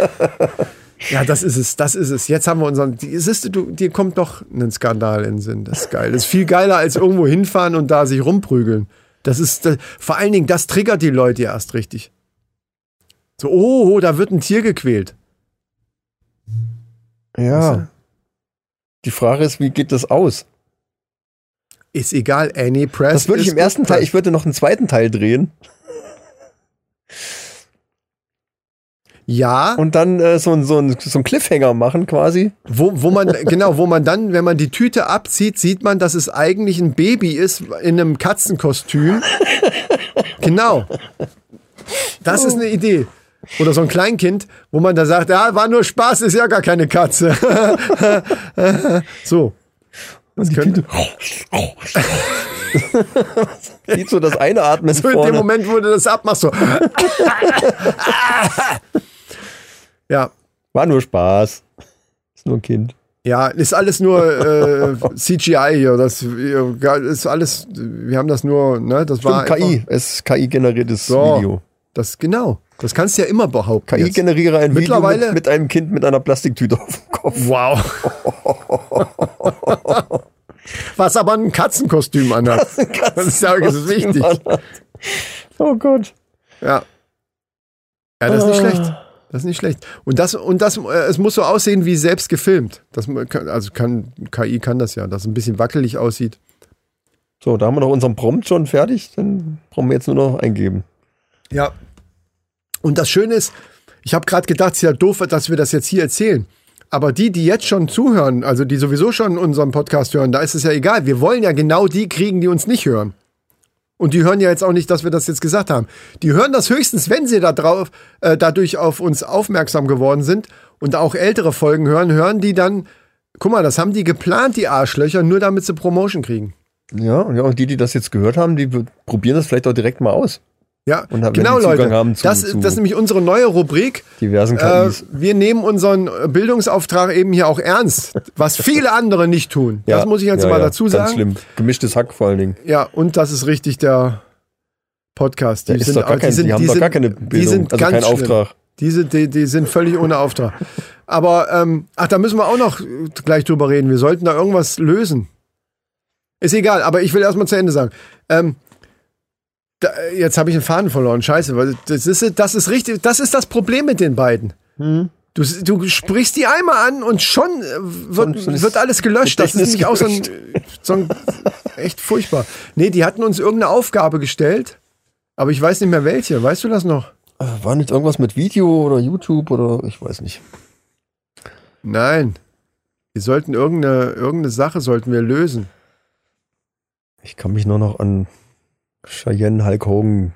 Ja, das ist es, das ist es. Jetzt haben wir unseren, die, siehst du, dir kommt doch ein Skandal in den Sinn. Das ist geil. Das ist viel geiler als irgendwo hinfahren und da sich rumprügeln. Das ist, das, vor allen Dingen, das triggert die Leute erst richtig. So, oh, oh, da wird ein Tier gequält. Ja. Die Frage ist, wie geht das aus? Ist egal, Any Press. Das würde ich is im ersten good Teil, press. ich würde noch einen zweiten Teil drehen Ja, und dann äh, so, ein- so, ein, so einen Cliffhanger machen quasi. wo, wo man, genau, wo man dann, wenn man die Tüte abzieht, sieht man, dass es eigentlich ein Baby ist in einem Katzenkostüm. Genau. Das ist eine Idee. Oder so ein Kleinkind, wo man da sagt, ja, war nur Spaß, ist ja gar keine Katze. So. Das könnte, Sieht so das eine Atmen so in vorne. dem Moment, wo du das abmachst, so. Ja. War nur Spaß. Ist nur ein Kind. Ja, ist alles nur äh, C G I hier. Das ist alles, wir haben das nur, ne, das war Stimmt, K I. einfach- Es ist K I-generiertes So. Video. Das, genau. Das kannst du ja immer behaupten. K jetzt. I-generiere ein Video Mittlerweile- mit, mit einem Kind mit einer Plastiktüte auf dem Kopf. Wow. Was aber ein Katzenkostüm anhat. Das ist ja das ist wichtig. Oh Gott. Ja. Ja, das ist nicht schlecht. Das ist nicht schlecht. Und das, und das, äh, es muss so aussehen wie selbst gefilmt. Das, kann- also kann, K I kann das ja, dass es ein bisschen wackelig aussieht. So, da haben wir noch unseren Prompt schon fertig. Dann brauchen wir jetzt nur noch eingeben. Ja. Und das Schöne ist, ich habe gerade gedacht, es ist ja doof, dass wir das jetzt hier erzählen. Aber die, die jetzt schon zuhören, also die sowieso schon unseren Podcast hören, da ist es ja egal. Wir wollen ja genau die kriegen, die uns nicht hören. Und die hören ja jetzt auch nicht, dass wir das jetzt gesagt haben. Die hören das höchstens, wenn sie da drauf, äh, dadurch auf uns aufmerksam geworden sind und auch ältere Folgen hören, hören die dann, guck mal, das haben die geplant, die Arschlöcher, nur damit sie Promotion kriegen. Ja, und ja, und die, die das jetzt gehört haben, die probieren das vielleicht auch direkt mal aus. Ja, Und haben- genau, wenn die Zugang Leute. haben zu- das, zu- das ist nämlich unsere neue Rubrik. Diversen Äh, K Is. wir nehmen unseren Bildungsauftrag eben hier auch ernst, was viele andere nicht tun. Das muss ich jetzt ja, mal ja, dazu ganz sagen. schlimm. Gemischtes Hack vor allen Dingen. Ja, und das ist richtig der Podcast. Die, Der ist sind, doch gar kein- die haben doch gar keine Die Bildung, sind also ganz keinen schlimm. Auftrag. Diese, die, die sind völlig ohne Auftrag. Aber, ähm, ach, da müssen wir auch noch gleich drüber reden. Wir sollten da irgendwas lösen. Ist egal, aber ich will erstmal zu Ende sagen. Ähm, da, jetzt habe ich den Faden verloren. Scheiße, weil das ist, das ist richtig, das ist das Problem mit den beiden. Hm. Du, du sprichst die einmal an und schon äh, wird, Schon ist wird alles gelöscht. Das ist Gedächtnis nicht auch so ein, gelöscht. so ein echt furchtbar. Nee, die hatten uns irgendeine Aufgabe gestellt, aber ich weiß nicht mehr welche. Weißt du das noch? War nicht irgendwas mit Video oder YouTube oder ich weiß nicht. Nein. Wir sollten irgendeine, irgendeine Sache sollten wir lösen. Ich kann mich nur noch an Cheyenne Hulk Hogan.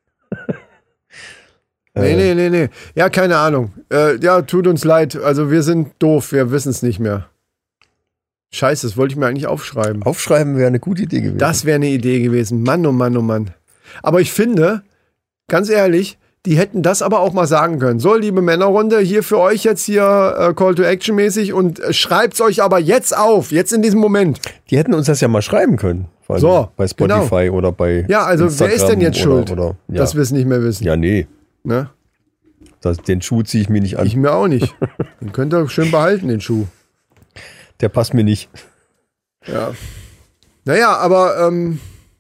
Nee, Äh, nee, nee, nee. Ja, keine Ahnung. Äh, ja, tut uns leid. Also wir sind doof, wir wissen es nicht mehr. Scheiße, das wollte ich mir eigentlich aufschreiben. Aufschreiben wäre eine gute Idee gewesen. Das wäre eine Idee gewesen. Mann, oh Mann, oh Mann. Aber ich finde, ganz ehrlich, die hätten das aber auch mal sagen können. So, liebe Männerrunde, hier für euch jetzt hier äh, Call to Action mäßig und äh, schreibt's euch aber jetzt auf, jetzt in diesem Moment. Die hätten uns das ja mal schreiben können. Vor allem So, bei Spotify genau. oder bei Ja, also wer ist denn jetzt Instagram schuld, oder, oder, ja. dass wir es nicht mehr wissen? ja, nee. Ne? Das, den Schuh ziehe ich mir nicht an. Ich mir auch nicht. Den könnt ihr schön behalten, den Schuh. Der passt mir nicht. Ja. Naja, aber ähm,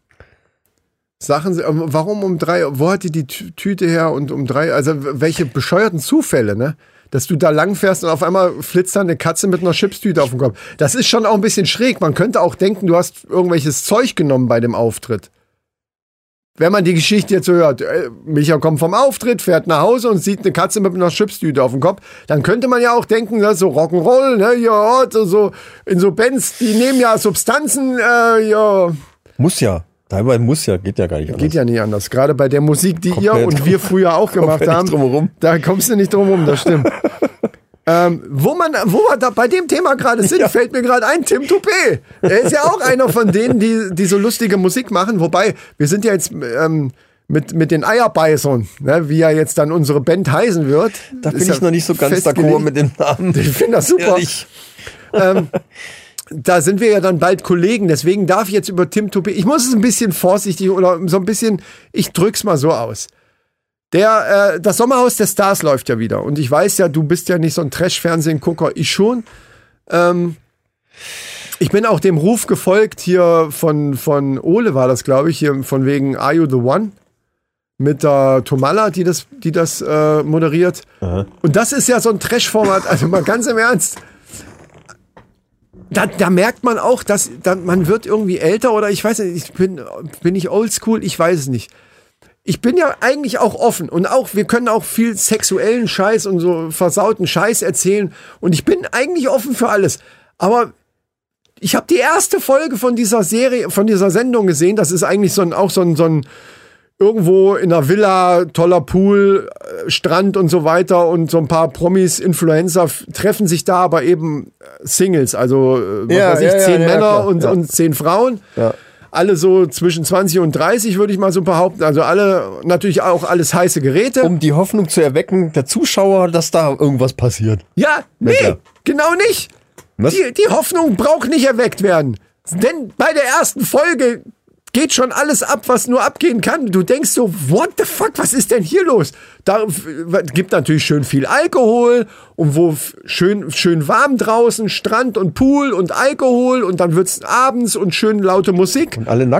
Sachen, ähm, warum um drei, wo hat die die Tü- Tüte her und um drei, also welche bescheuerten Zufälle, ne? Dass du da langfährst und auf einmal flitzt da eine Katze mit einer Chipstüte auf dem Kopf. Das ist schon auch ein bisschen schräg. Man könnte auch denken, du hast irgendwelches Zeug genommen bei dem Auftritt. Wenn man die Geschichte jetzt so hört, äh, Micha kommt vom Auftritt, fährt nach Hause und sieht eine Katze mit einer Chipstüte auf dem Kopf, dann könnte man ja auch denken, das ist so Rock'n'Roll, ne, ja, so, so in so Bands, die nehmen ja Substanzen, äh, ja, Muss ja. Teilweise muss ja. Geht ja gar nicht anders. geht ja nicht anders. Gerade bei der Musik, die Kommt ihr man und drum- wir früher auch kommt gemacht man nicht haben, drum herum. da kommst du nicht drum rum, das stimmt. Ähm, wo man, wo wir da bei dem Thema gerade sind, fällt mir gerade ein, Tim Toupé. Er ist ja auch einer von denen, die, die so lustige Musik machen. Wobei, wir sind ja jetzt ähm, mit, mit den Eierbeißern, ne, wie ja jetzt dann unsere Band heißen wird. Da bin Ist ich ja noch nicht so ganz festgelegt. d'accord mit dem Namen. Ich finde das super. Ehrlich. ähm, da sind wir ja dann bald Kollegen, deswegen darf ich jetzt über Tim Toupé, ich muss es ein bisschen vorsichtig oder so ein bisschen, ich drück's mal so aus. Der, äh, das Sommerhaus der Stars läuft ja wieder und ich weiß ja, du bist ja nicht so ein Trash-Fernsehen-Gucker, ich schon. Ähm, ich bin auch dem Ruf gefolgt hier von, von Ole war das, glaube ich, hier von wegen Are You The One? Mit der Tomalla, die das, die das äh, moderiert. Aha. Und das ist ja so ein Trash-Format, also mal ganz im Ernst. Da, da merkt man auch, dass da, man wird irgendwie älter oder ich weiß nicht, ich bin, bin ich oldschool, ich weiß es nicht. Ich bin ja eigentlich auch offen und auch, wir können auch viel sexuellen Scheiß und so versauten Scheiß erzählen und ich bin eigentlich offen für alles. Aber ich habe die erste Folge von dieser Serie, von dieser Sendung gesehen, das ist eigentlich so ein, auch so ein, so ein irgendwo in einer Villa, toller Pool, äh, Strand und so weiter und so ein paar Promis, Influencer f- treffen sich da, aber eben äh, Singles, also äh, was Ja, weiß ich, ja, ja, zehn ja, Männer klar, und, ja. und zehn Frauen. Ja. Alle so zwischen zwanzig und dreißig, würde ich mal so behaupten. Also alle, natürlich auch alles heiße Geräte. Um die Hoffnung zu erwecken, der Zuschauer, dass da irgendwas passiert. ja, nee, klar. genau nicht. Was? Die, die Hoffnung braucht nicht erweckt werden. Denn bei der ersten Folge geht schon alles ab, was nur abgehen kann. Du denkst so, what the fuck, was ist denn hier los? Da f- gibt natürlich schön viel Alkohol und wo f- schön, schön warm draußen, Strand und Pool und Alkohol und dann wird's abends und schön laute Musik. Alle nackt?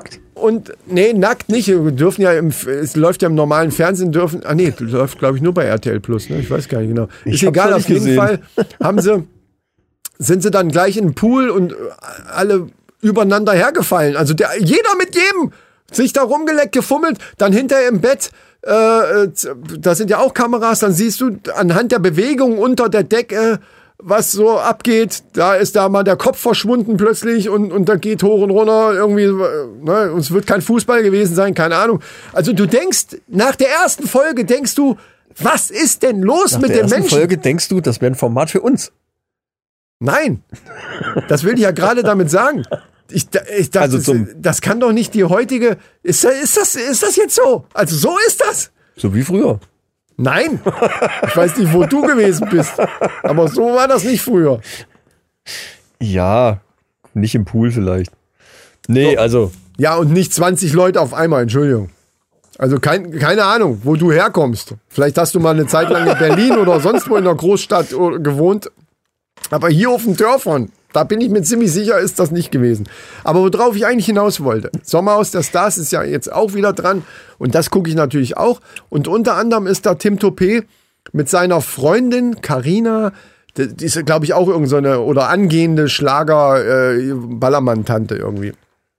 und, nee, nackt nicht. Wir dürfen ja, im, es läuft ja im normalen Fernsehen, dürfen, ah nee, läuft glaube ich nur bei R T L Plus, ne? Ich weiß gar nicht genau. Ich Ist egal, hab's noch auf jeden nicht Fall haben sie, sind sie dann gleich in den Pool und alle übereinander hergefallen. Also der, jeder mit jedem sich da rumgeleckt, gefummelt, dann hinterher im Bett, äh, da sind ja auch Kameras, dann siehst du anhand der Bewegung unter der Decke, was so abgeht, da ist da mal der Kopf verschwunden plötzlich und, und da geht hoch und runter irgendwie, ne, und es wird kein Fußball gewesen sein, keine Ahnung. Also du denkst, nach der ersten Folge denkst du, was ist denn los Nach mit der den ersten Menschen? Folge denkst du, das wäre ein Format für uns. Nein, das will ich ja gerade damit sagen. Ich, ich dachte, Also zum- das, das kann doch nicht die heutige, ist, ist, das, ist das jetzt so? Also so ist das? So wie früher. Nein, ich weiß nicht, wo du gewesen bist, aber so war das nicht früher. Ja, nicht im Pool vielleicht. Nee, So. also, Ja, und nicht zwanzig Leute auf einmal, Entschuldigung. Also kein, keine Ahnung, wo du herkommst. Vielleicht hast du mal eine Zeit lang in Berlin oder sonst wo in einer Großstadt gewohnt. Aber hier auf den Dörfern, da bin ich mir ziemlich sicher, ist das nicht gewesen. Aber worauf ich eigentlich hinaus wollte, Sommerhaus der Stars ist ja jetzt auch wieder dran. Und das gucke ich natürlich auch. Und unter anderem ist da Tim Toupé mit seiner Freundin Carina. Die ist, glaube ich, auch irgend so eine oder angehende Schlager-Ballermann-Tante irgendwie.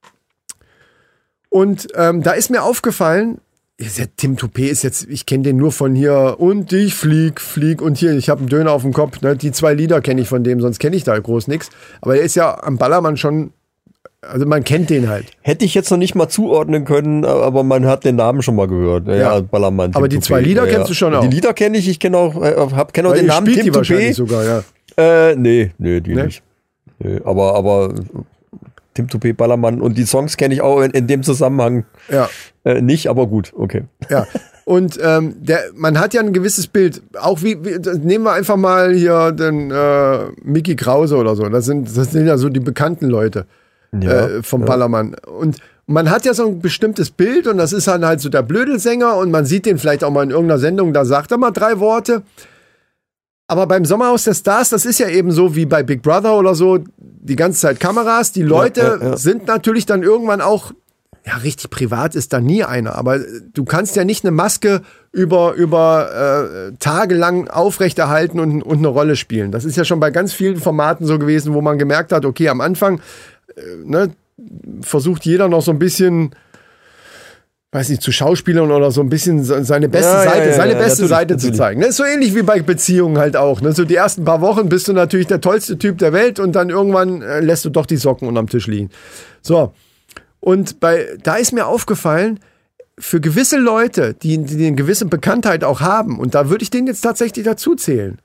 Und ähm, da ist mir aufgefallen, der Tim Toupé ist jetzt, ich kenne den nur von hier und ich flieg, flieg und hier, ich habe einen Döner auf dem Kopf. Ne? Die zwei Lieder kenne ich von dem, sonst kenne ich da groß nichts. Aber er ist ja am Ballermann schon, also man kennt den halt. hätte ich jetzt noch nicht mal zuordnen können, aber man hat den Namen schon mal gehört. Ja, Ja. Ballermann. Aber Tim die zwei Toupé. Lieder Ja, kennst du schon auch. Die Lieder kenne ich, ich kenne auch, äh, hab, kenn auch Weil den ihr Namen spielt Tim die wahrscheinlich Toupé. sogar, ja. Äh, nee, nee, die Nee? nicht. Nee, aber, aber Tim Toupé, Ballermann und die Songs kenne ich auch in, in dem Zusammenhang Ja. äh, nicht, aber gut, okay. Ja, und ähm, der, man hat ja ein gewisses Bild, auch wie, wie nehmen wir einfach mal hier den äh, Mickey Krause oder so, das sind, das sind ja so die bekannten Leute Ja, äh, vom ja. Ballermann. Und man hat ja so ein bestimmtes Bild und das ist dann halt so der Blödelsänger und man sieht den vielleicht auch mal in irgendeiner Sendung, da sagt er mal drei Worte. Aber beim Sommerhaus der Stars, das ist ja eben so wie bei Big Brother oder so, die ganze Zeit Kameras, die Leute ja, ja. sind natürlich dann irgendwann auch, ja, richtig privat ist da nie einer, aber du kannst ja nicht eine Maske über, über äh, tagelang aufrechterhalten und, und eine Rolle spielen. Das ist ja schon bei ganz vielen Formaten so gewesen, wo man gemerkt hat, okay, am Anfang äh, ne, versucht jeder noch so ein bisschen, weiß nicht, zu Schauspielern oder so ein bisschen seine beste Ja, ja, Seite, ja, seine ja, beste natürlich, Seite zu natürlich. zeigen. Das ist so ähnlich wie bei Beziehungen halt auch. Ne? So die ersten paar Wochen bist du natürlich der tollste Typ der Welt und dann irgendwann äh, lässt du doch die Socken unterm Tisch liegen. So. Und bei, da ist mir aufgefallen, für gewisse Leute, die, die eine gewisse Bekanntheit auch haben, und da würde ich den jetzt tatsächlich dazu zählen,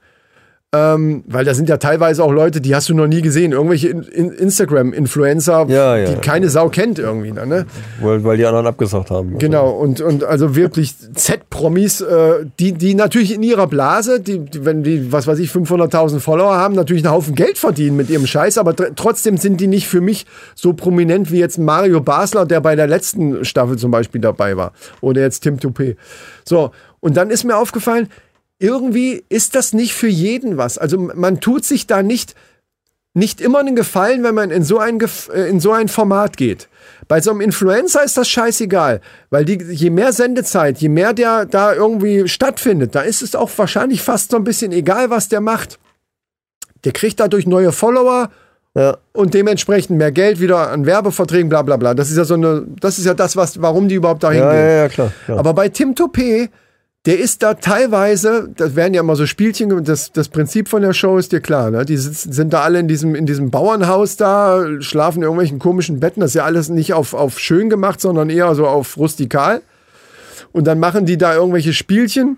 ähm, weil da sind ja teilweise auch Leute, die hast du noch nie gesehen, irgendwelche in, in Instagram-Influencer, Ja, ja. die keine Sau kennt irgendwie. Dann, ne? Weil, weil die anderen abgesagt haben. Genau, und, und also wirklich Z-Promis, äh, die, die natürlich in ihrer Blase, die, die, wenn die, was weiß ich, fünfhunderttausend Follower haben, natürlich einen Haufen Geld verdienen mit ihrem Scheiß, aber tr- trotzdem sind die nicht für mich so prominent wie jetzt Mario Basler, der bei der letzten Staffel zum Beispiel dabei war. Oder jetzt Tim Toupé. So, und dann ist mir aufgefallen, irgendwie ist das nicht für jeden was. Also man tut sich da nicht, nicht immer einen Gefallen, wenn man in so ein, Gef- äh, in so ein Format geht. Bei so einem Influencer ist das scheißegal, weil die, je mehr Sendezeit, je mehr der da irgendwie stattfindet, da ist es auch wahrscheinlich fast so ein bisschen egal, was der macht. Der kriegt dadurch neue Follower Ja. und dementsprechend mehr Geld wieder an Werbeverträgen, bla bla bla. Das ist ja so eine, das ist ja das, was, warum die überhaupt dahin Ja, gehen. ja, ja, klar. klar. Aber bei Tim Toupé, der ist da teilweise, das werden ja immer so Spielchen, das, das Prinzip von der Show ist dir klar, ne? Die sitzen, sind da alle in diesem, in diesem Bauernhaus da, schlafen in irgendwelchen komischen Betten, das ist ja alles nicht auf, auf schön gemacht, sondern eher so auf rustikal. Und dann machen die da irgendwelche Spielchen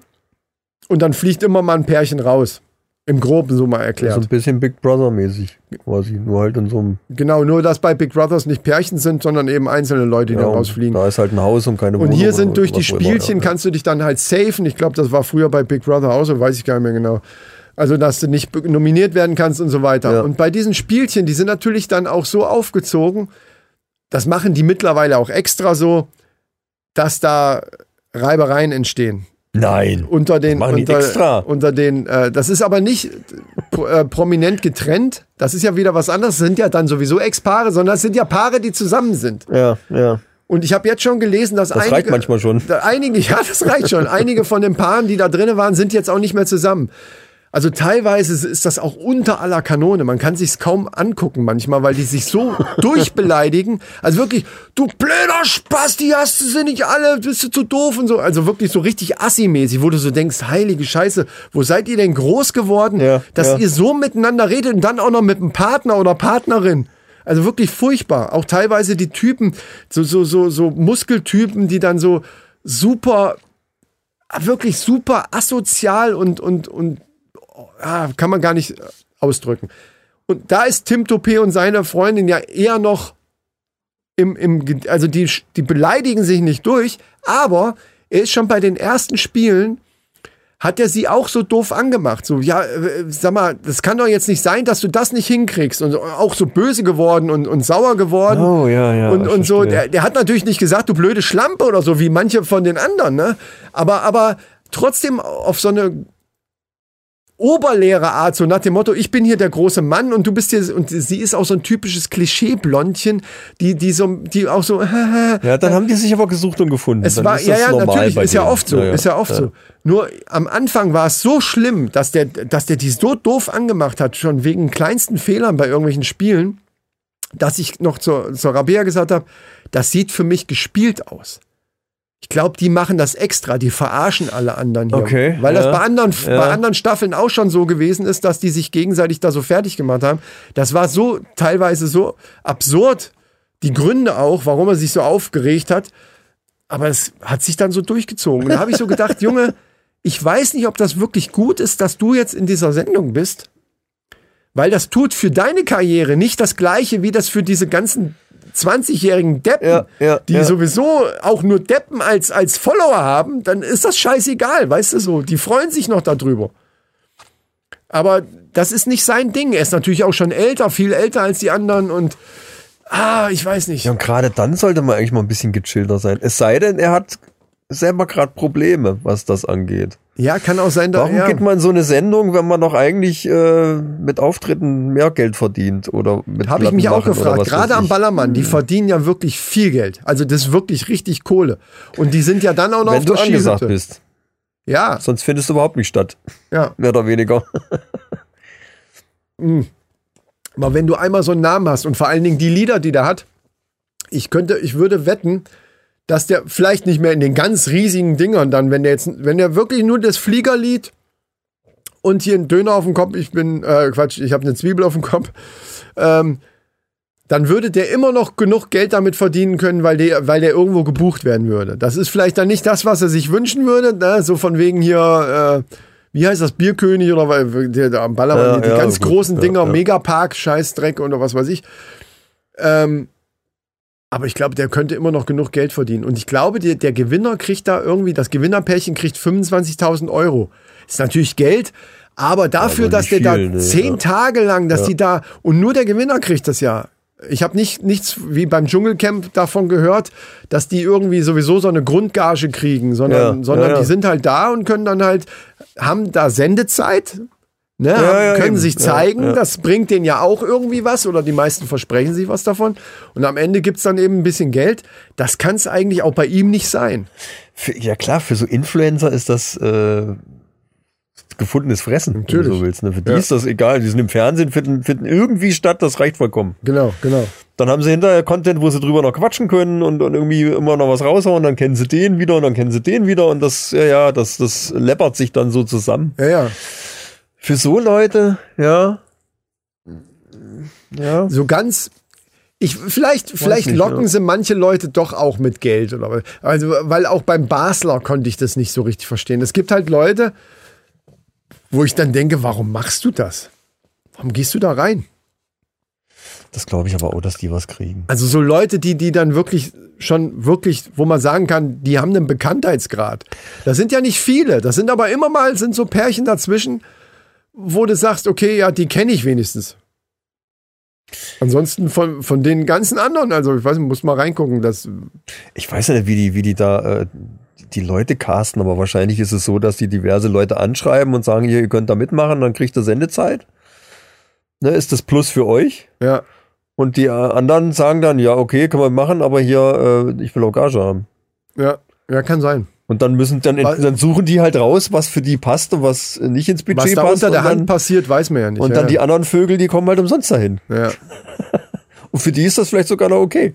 und dann fliegt immer mal ein Pärchen raus. Im Groben so mal erklärt. So ein bisschen Big Brother-mäßig quasi. Nur halt in so einem. Genau, nur dass bei Big Brothers nicht Pärchen sind, sondern eben einzelne Leute, die Ja, da und rausfliegen. Da ist halt ein Haus und keine Und Wohnung. hier sind oder durch die was auch immer, Spielchen, ja. kannst du dich dann halt safen. Ich glaube, das war früher bei Big Brother auch so, weiß ich gar nicht mehr genau. Also, dass du nicht be- nominiert werden kannst und so weiter. Ja. Und bei diesen Spielchen, die sind natürlich dann auch so aufgezogen, das machen die mittlerweile auch extra so, dass da Reibereien entstehen. Nein. Unter den, machen die unter, extra. unter den, äh, das ist aber nicht pro, äh, prominent getrennt. Das ist ja wieder was anderes. Das sind ja dann sowieso Ex-Paare, sondern das sind ja Paare, die zusammen sind. Ja, ja. Und ich habe jetzt schon gelesen, dass Das einige, reicht manchmal schon. Da, einige, ja, das reicht schon. Einige von den Paaren, die da drinnen waren, sind jetzt auch nicht mehr zusammen. Also teilweise ist das auch unter aller Kanone. Man kann sich's kaum angucken manchmal, weil die sich so durchbeleidigen. Also wirklich, du blöder Spasti, hast du sie nicht alle, bist du zu doof und so. Also wirklich so richtig assi-mäßig, wo du so denkst, heilige Scheiße, wo seid ihr denn groß geworden, Ja, dass ja. ihr so miteinander redet und dann auch noch mit einem Partner oder Partnerin. Also wirklich furchtbar. Auch teilweise die Typen, so, so, so, so Muskeltypen, die dann so super, wirklich super asozial und, und, und, ja, kann man gar nicht ausdrücken. Und da ist Tim Toupé und seine Freundin ja eher noch im, im, also die, die beleidigen sich nicht durch, aber er ist schon bei den ersten Spielen, hat er sie auch so doof angemacht. So, ja, äh, sag mal, das kann doch jetzt nicht sein, dass du das nicht hinkriegst. Und auch so böse geworden und, und sauer geworden. Oh, ja, ja. Und, und so, verstehe. der, der hat natürlich nicht gesagt, du blöde Schlampe oder so, wie manche von den anderen, ne? Aber, aber trotzdem auf so eine Oberlehrerart, so nach dem Motto, ich bin hier der große Mann und du bist hier, und sie ist auch so ein typisches Klischee-Blondchen, die, die so, die auch so, Ja, dann haben die sich aber gesucht und gefunden. es Dann war, ist ja, das ja, normal natürlich, bei ist ja denen. oft so, Ja, ja. ist ja oft Ja. so. Nur am Anfang war es so schlimm, dass der, dass der die so doof angemacht hat, schon wegen kleinsten Fehlern bei irgendwelchen Spielen, dass ich noch zur, zur Rabea gesagt habe, das sieht für mich gespielt aus. Ich glaube, die machen das extra, die verarschen alle anderen hier. Okay, Weil das ja, bei anderen, ja. bei anderen Staffeln auch schon so gewesen ist, dass die sich gegenseitig da so fertig gemacht haben. Das war so teilweise so absurd, die Gründe auch, warum er sich so aufgeregt hat. Aber es hat sich dann so durchgezogen. Und da habe ich so gedacht, Junge, ich weiß nicht, ob das wirklich gut ist, dass du jetzt in dieser Sendung bist. Weil das tut für deine Karriere nicht das Gleiche, wie das für diese ganzen zwanzigjährigen Deppen, Ja, ja, die ja. sowieso auch nur Deppen als, als Follower haben, dann ist das scheißegal, weißt du so. Die freuen sich noch darüber. Aber das ist nicht sein Ding. Er ist natürlich auch schon älter, viel älter als die anderen und ah, ich weiß nicht. Ja, und gerade dann sollte man eigentlich mal ein bisschen gechillter sein. Es sei denn, er hat selber gerade Probleme, was das angeht. Ja, kann auch sein, dass Warum ja, geht man in so eine Sendung, wenn man doch eigentlich äh, mit Auftritten mehr Geld verdient oder mit habe ich mich auch Platten machen oder gefragt. was Gerade weiß am ich. Ballermann, die verdienen ja wirklich viel Geld. Also das ist wirklich richtig Kohle. Und die sind ja dann auch noch Wenn auf du der angesagt Skihütte. bist. Ja, Sonst findest du überhaupt nicht statt. ja. Mehr oder weniger. Aber wenn du einmal so einen Namen hast und vor allen Dingen die Lieder, die der hat, ich könnte, ich würde wetten, dass der vielleicht nicht mehr in den ganz riesigen Dingern dann, wenn der jetzt, wenn der wirklich nur das Fliegerlied und hier einen Döner auf dem Kopf, ich bin, äh, Quatsch, ich habe eine Zwiebel auf dem Kopf, ähm, dann würde der immer noch genug Geld damit verdienen können, weil der, weil der irgendwo gebucht werden würde. Das ist vielleicht dann nicht das, was er sich wünschen würde, ne? So von wegen hier, äh, wie heißt das, Bierkönig oder weil der, der am Ballermann, Ja, die, die ja, ganz gut, großen ja, Dinger, ja. Megapark, Scheißdreck oder was weiß ich. Ähm, aber ich glaube, der könnte immer noch genug Geld verdienen. Und ich glaube, der, der Gewinner kriegt da irgendwie, das Gewinnerpärchen kriegt fünfundzwanzigtausend Euro. Ist natürlich Geld, aber dafür, aber dass der nicht da viel, ne, zehn ja. Tage lang, dass Ja. die da, und nur der Gewinner kriegt das ja. Ich habe nicht nichts wie beim Dschungelcamp davon gehört, dass die irgendwie sowieso so eine Grundgage kriegen, sondern, Ja, sondern ja, ja. die sind halt da und können dann halt, haben da Sendezeit, ne, Ja, haben, ja, können eben. sich Ja, zeigen, ja. das bringt denen ja auch irgendwie was oder die meisten versprechen sich was davon und am Ende gibt's dann eben ein bisschen Geld. Das kann es eigentlich auch bei ihm nicht sein. Für, ja klar, für so Influencer ist das äh, gefundenes Fressen, Natürlich. wenn du so willst. Ne? Für die Ja. ist das egal. Die sind im Fernsehen, finden, finden irgendwie statt, das reicht vollkommen. Genau, genau. Dann haben sie hinterher Content, wo sie drüber noch quatschen können und, und irgendwie immer noch was raushauen, dann kennen sie den wieder und dann kennen sie den wieder und das, ja, ja, das, das läppert sich dann so zusammen. Ja, ja. Für so Leute, ja. Ja. So ganz. Ich, vielleicht vielleicht nicht, locken ja. sie manche Leute doch auch mit Geld. Oder, also, weil auch beim Basler konnte ich das nicht so richtig verstehen. Es gibt halt Leute, wo ich dann denke, warum machst du das? Warum gehst du da rein? Das glaube ich aber auch, dass die was kriegen. Also so Leute, die, die dann wirklich schon wirklich, wo man sagen kann, die haben einen Bekanntheitsgrad. Das sind ja nicht viele. Das sind aber immer mal, sind so Pärchen dazwischen, wo du sagst, okay, ja, die kenne ich wenigstens. Ansonsten von, von den ganzen anderen, also ich weiß nicht, muss mal reingucken, dass, Ich weiß ja nicht, wie die, wie die da äh, die Leute casten, aber wahrscheinlich ist es so, dass die diverse Leute anschreiben und sagen, hier, ihr könnt da mitmachen, dann kriegt ihr Sendezeit. Ne, ist das Plus für euch? ja, Und die äh, anderen sagen dann, ja, okay, kann man machen, aber hier, äh, ich will auch Gage haben. Ja, ja, kann sein. Und dann müssen dann, Was- dann suchen die halt raus, was für die passt und was nicht ins Budget Was da passt. unter der und Hand dann, passiert, weiß man ja nicht. Und ja, dann die ja. anderen Vögel, die kommen halt umsonst dahin. Ja. Und für die ist das vielleicht sogar noch okay.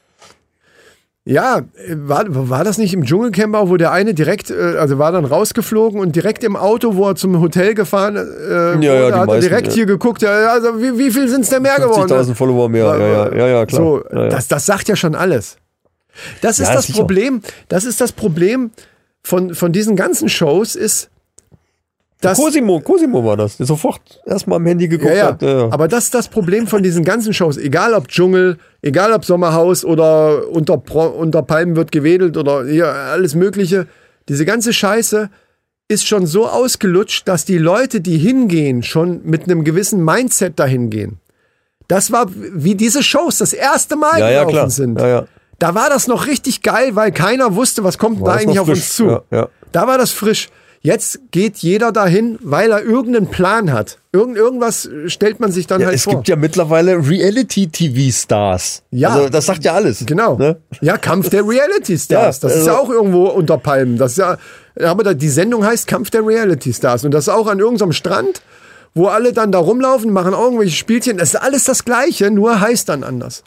Ja, war, war das nicht im Dschungelcamp auch, wo der eine direkt, äh, also war dann rausgeflogen und direkt im Auto, wo er zum Hotel gefahren äh, wurde, ja, die hat er meisten, direkt ja. hier geguckt, ja, also wie, wie viel sind es denn mehr geworden? fünfzigtausend Follower mehr, ja, ja, ja, ja, klar. So, ja, ja. Das, das sagt ja schon alles. Das ist Ja, das sicher. Problem, das ist das Problem von, von diesen ganzen Shows ist, dass... Cosimo, Cosimo war das, der sofort erstmal am Handy geguckt Ja, ja. hat. Ja. Aber das ist das Problem von diesen ganzen Shows. Egal ob Dschungel, egal ob Sommerhaus oder unter, Pro- unter Palmen wird gewedelt oder hier alles Mögliche. Diese ganze Scheiße ist schon so ausgelutscht, dass die Leute, die hingehen, schon mit einem gewissen Mindset dahin gehen. Das war wie diese Shows das erste Mal Ja, ja, gelaufen klar. sind. Ja, ja. Da war das noch richtig geil, weil keiner wusste, was kommt War da das eigentlich noch auf frisch. uns zu. Ja, ja. Da war das frisch. Jetzt geht jeder dahin, weil er irgendeinen Plan hat. Irgend, irgendwas stellt man sich dann Ja, halt es vor. gibt ja mittlerweile Reality-T V-Stars. Ja. Also das sagt ja alles. Genau. Ne? Ja, Kampf der Reality Stars. Ja, das ist ja also- auch irgendwo unter Palmen. Das ist ja, aber da, die Sendung heißt Kampf der Reality Stars. Und das ist auch an irgendeinem Strand, wo alle dann da rumlaufen, machen irgendwelche Spielchen. Das ist alles das Gleiche, nur heißt dann anders.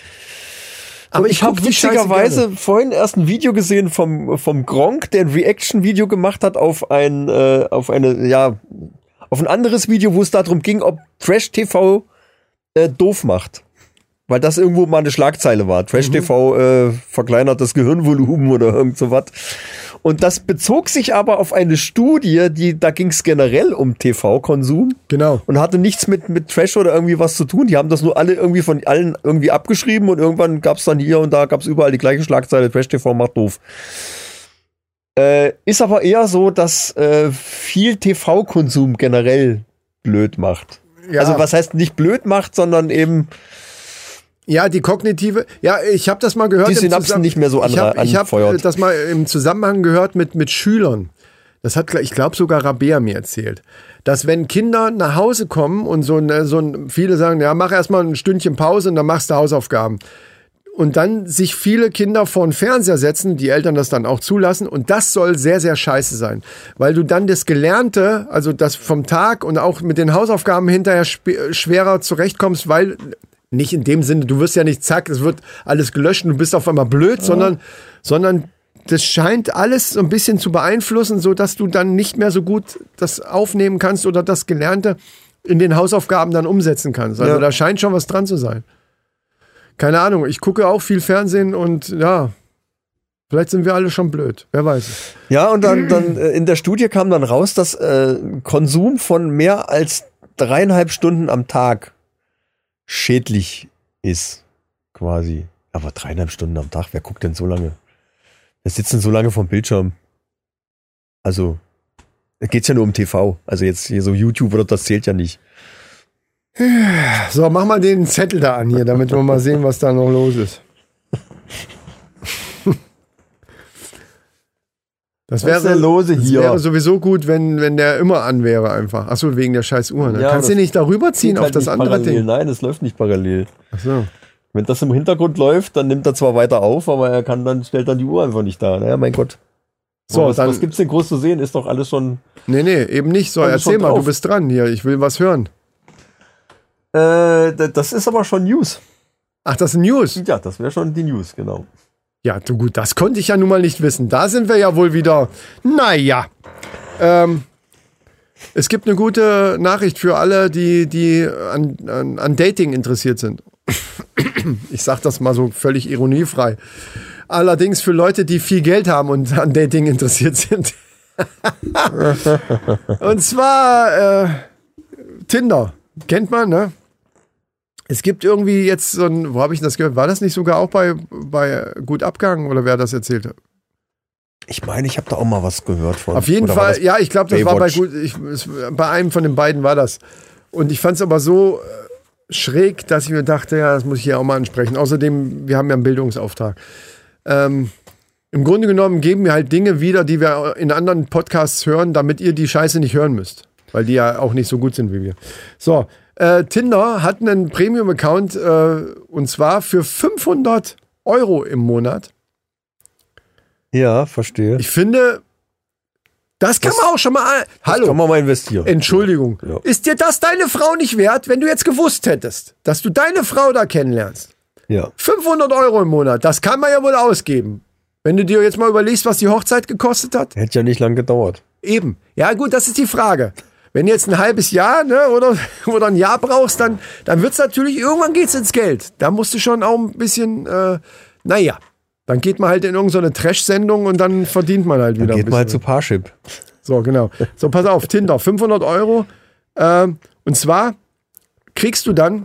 Aber ich habe guck die Scheiße witzigerweise gerne. vorhin erst ein Video gesehen vom, vom Gronk, der ein Reaction-Video gemacht hat auf ein, äh, auf eine, ja, auf ein anderes Video, wo es darum ging, ob Trash-T V äh, doof macht. Weil das irgendwo mal eine Schlagzeile war. Trash-T V äh, verkleinert das Gehirnvolumen oder irgend so was. Und das bezog sich aber auf eine Studie, die, da ging es generell um T V-Konsum. Genau. Und hatte nichts mit, mit Trash oder irgendwie was zu tun. Die haben das nur alle irgendwie von allen irgendwie abgeschrieben und irgendwann gab es dann hier und da gab's überall die gleiche Schlagzeile, Trash-T V macht doof. Äh, ist aber eher so, dass äh, viel T V-Konsum generell blöd macht. Ja. Also was heißt nicht blöd macht, sondern eben Ja, die kognitive, ja, ich habe das mal gehört. Die im Synapsen Zusammen- nicht mehr so Ich habe ich hab anfeuert. das mal im Zusammenhang gehört mit, mit Schülern. Das hat, ich glaube, sogar Rabea mir erzählt. Dass wenn Kinder nach Hause kommen und so, ein, so ein, viele sagen, ja, mach erstmal ein Stündchen Pause und dann machst du Hausaufgaben. Und dann sich viele Kinder vor den Fernseher setzen, die Eltern das dann auch zulassen. Und das soll sehr, sehr scheiße sein. Weil du dann das Gelernte, also das vom Tag und auch mit den Hausaufgaben hinterher sp- schwerer zurechtkommst, weil nicht in dem Sinne, du wirst ja nicht zack, es wird alles gelöscht und du bist auf einmal blöd, sondern, sondern das scheint alles so ein bisschen zu beeinflussen, so dass du dann nicht mehr so gut das aufnehmen kannst oder das Gelernte in den Hausaufgaben dann umsetzen kannst. Also Ja. da scheint schon was dran zu sein. Keine Ahnung, ich gucke auch viel Fernsehen und ja, vielleicht sind wir alle schon blöd, wer weiß es. Ja, und dann, dann äh, in der Studie kam dann raus, dass äh, Konsum von mehr als dreieinhalb Stunden am Tag schädlich ist, quasi. Aber dreieinhalb Stunden am Tag, wer guckt denn so lange? Wir sitzen so lange vom Bildschirm. Also, da geht's ja nur um T V. Also jetzt hier so YouTube oder das zählt ja nicht. So, mach mal den Zettel da an hier, damit wir mal sehen, was da noch los ist. Das wäre, Was ist denn lose das hier? wäre sowieso gut, wenn, wenn der immer an wäre einfach. Achso, wegen der scheiß Uhr. Ne? Ja, Kannst du das nicht darüber ziehen Geht auf halt das nicht andere parallel. Ding? Nein, es läuft nicht parallel. Achso. Wenn das im Hintergrund läuft, dann nimmt er zwar weiter auf, aber er kann dann, stellt dann die Uhr einfach nicht da. Naja, mein Gott. So, was, dann- was gibt's denn groß zu sehen? Ist doch alles schon. Nee, nee, eben nicht. So, Also erzähl schon mal, drauf. du bist dran hier. Ich will was hören. Äh, d- das ist aber schon News. Ach, das sind News. Ja, das wäre schon die News, genau. Ja, du gut, das konnte ich ja nun mal nicht wissen. Da sind wir ja wohl wieder. Naja. Ähm, es gibt eine gute Nachricht für alle, die, die an, an, an Dating interessiert sind. Ich sag das mal so völlig ironiefrei. Allerdings für Leute, die viel Geld haben und an Dating interessiert sind. Und zwar äh, Tinder. Kennt man, ne? Es gibt irgendwie jetzt so ein, wo habe ich das gehört? War das nicht sogar auch bei, bei Gut Abgang oder wer das erzählt hat? Ich meine, ich habe da auch mal was gehört von. Auf jeden Oder war Fall, das ja, ich glaube, das war bei Baywatch? Gut, ich, es, bei einem von den beiden war das. Und ich fand es aber so äh, schräg, dass ich mir dachte, ja, das muss ich hier auch mal ansprechen. Außerdem, wir haben ja einen Bildungsauftrag. Ähm, Im Grunde genommen geben wir halt Dinge wieder, die wir in anderen Podcasts hören, damit ihr die Scheiße nicht hören müsst. Weil die ja auch nicht so gut sind wie wir. So, Äh, Tinder hat einen Premium-Account äh, und zwar für fünfhundert Euro im Monat. Ja, verstehe. Ich finde, das kann Das- man auch schon mal. Hallo. Das kann man mal investieren. Entschuldigung. Ja. Ist dir das deine Frau nicht wert, wenn du jetzt gewusst hättest, dass du deine Frau da kennenlernst? Ja. fünfhundert Euro im Monat, das kann man ja wohl ausgeben. Wenn du dir jetzt mal überlegst, was die Hochzeit gekostet hat. Hätte ja nicht lang gedauert. Eben. Ja gut, das ist die Frage. Wenn du jetzt ein halbes Jahr ne, oder, oder ein Jahr brauchst, dann, dann wird es natürlich, irgendwann geht's ins Geld. Da musst du schon auch ein bisschen, äh, naja, dann geht man halt in irgendeine Trash-Sendung und dann verdient man halt wieder Dann ein geht bisschen. mal zu Parship. So, genau. So, pass auf, Tinder, fünfhundert Euro. Ähm, und zwar kriegst du dann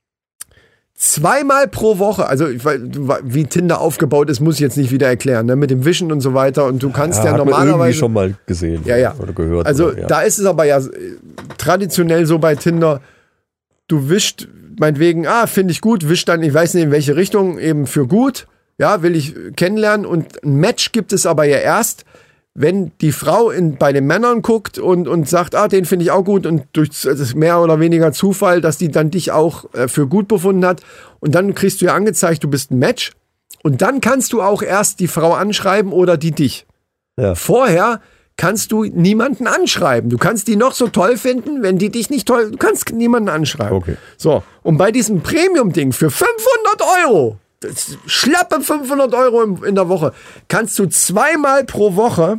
zweimal pro Woche, also ich weiß, du- wie Tinder aufgebaut ist, muss ich jetzt nicht wieder erklären, ne? Mit dem Wischen und so weiter. Und du kannst ja, hat man irgendwie normalerweise schon mal gesehen. Ja, ja. Oder gehört. Also oder, ja. da ist es aber ja äh, traditionell so bei Tinder, du wischst meinetwegen, ah, finde ich gut, wisch dann, ich weiß nicht in welche Richtung, eben für gut, ja, will ich kennenlernen. Und ein Match gibt es aber ja erst, wenn die Frau in, bei den Männern guckt und, und sagt, ah, den finde ich auch gut und durch das ist mehr oder weniger Zufall, dass die dann dich auch äh, für gut befunden hat. Und dann kriegst du ja angezeigt, du bist ein Match. Und dann kannst du auch erst die Frau anschreiben oder die dich. Ja. Vorher kannst du niemanden anschreiben. Du kannst die noch so toll finden, wenn die dich nicht toll, du kannst niemanden anschreiben. Okay. So, und bei diesem Premium-Ding für fünfhundert Euro, das schlappe fünfhundert Euro in, in der Woche, kannst du zweimal pro Woche,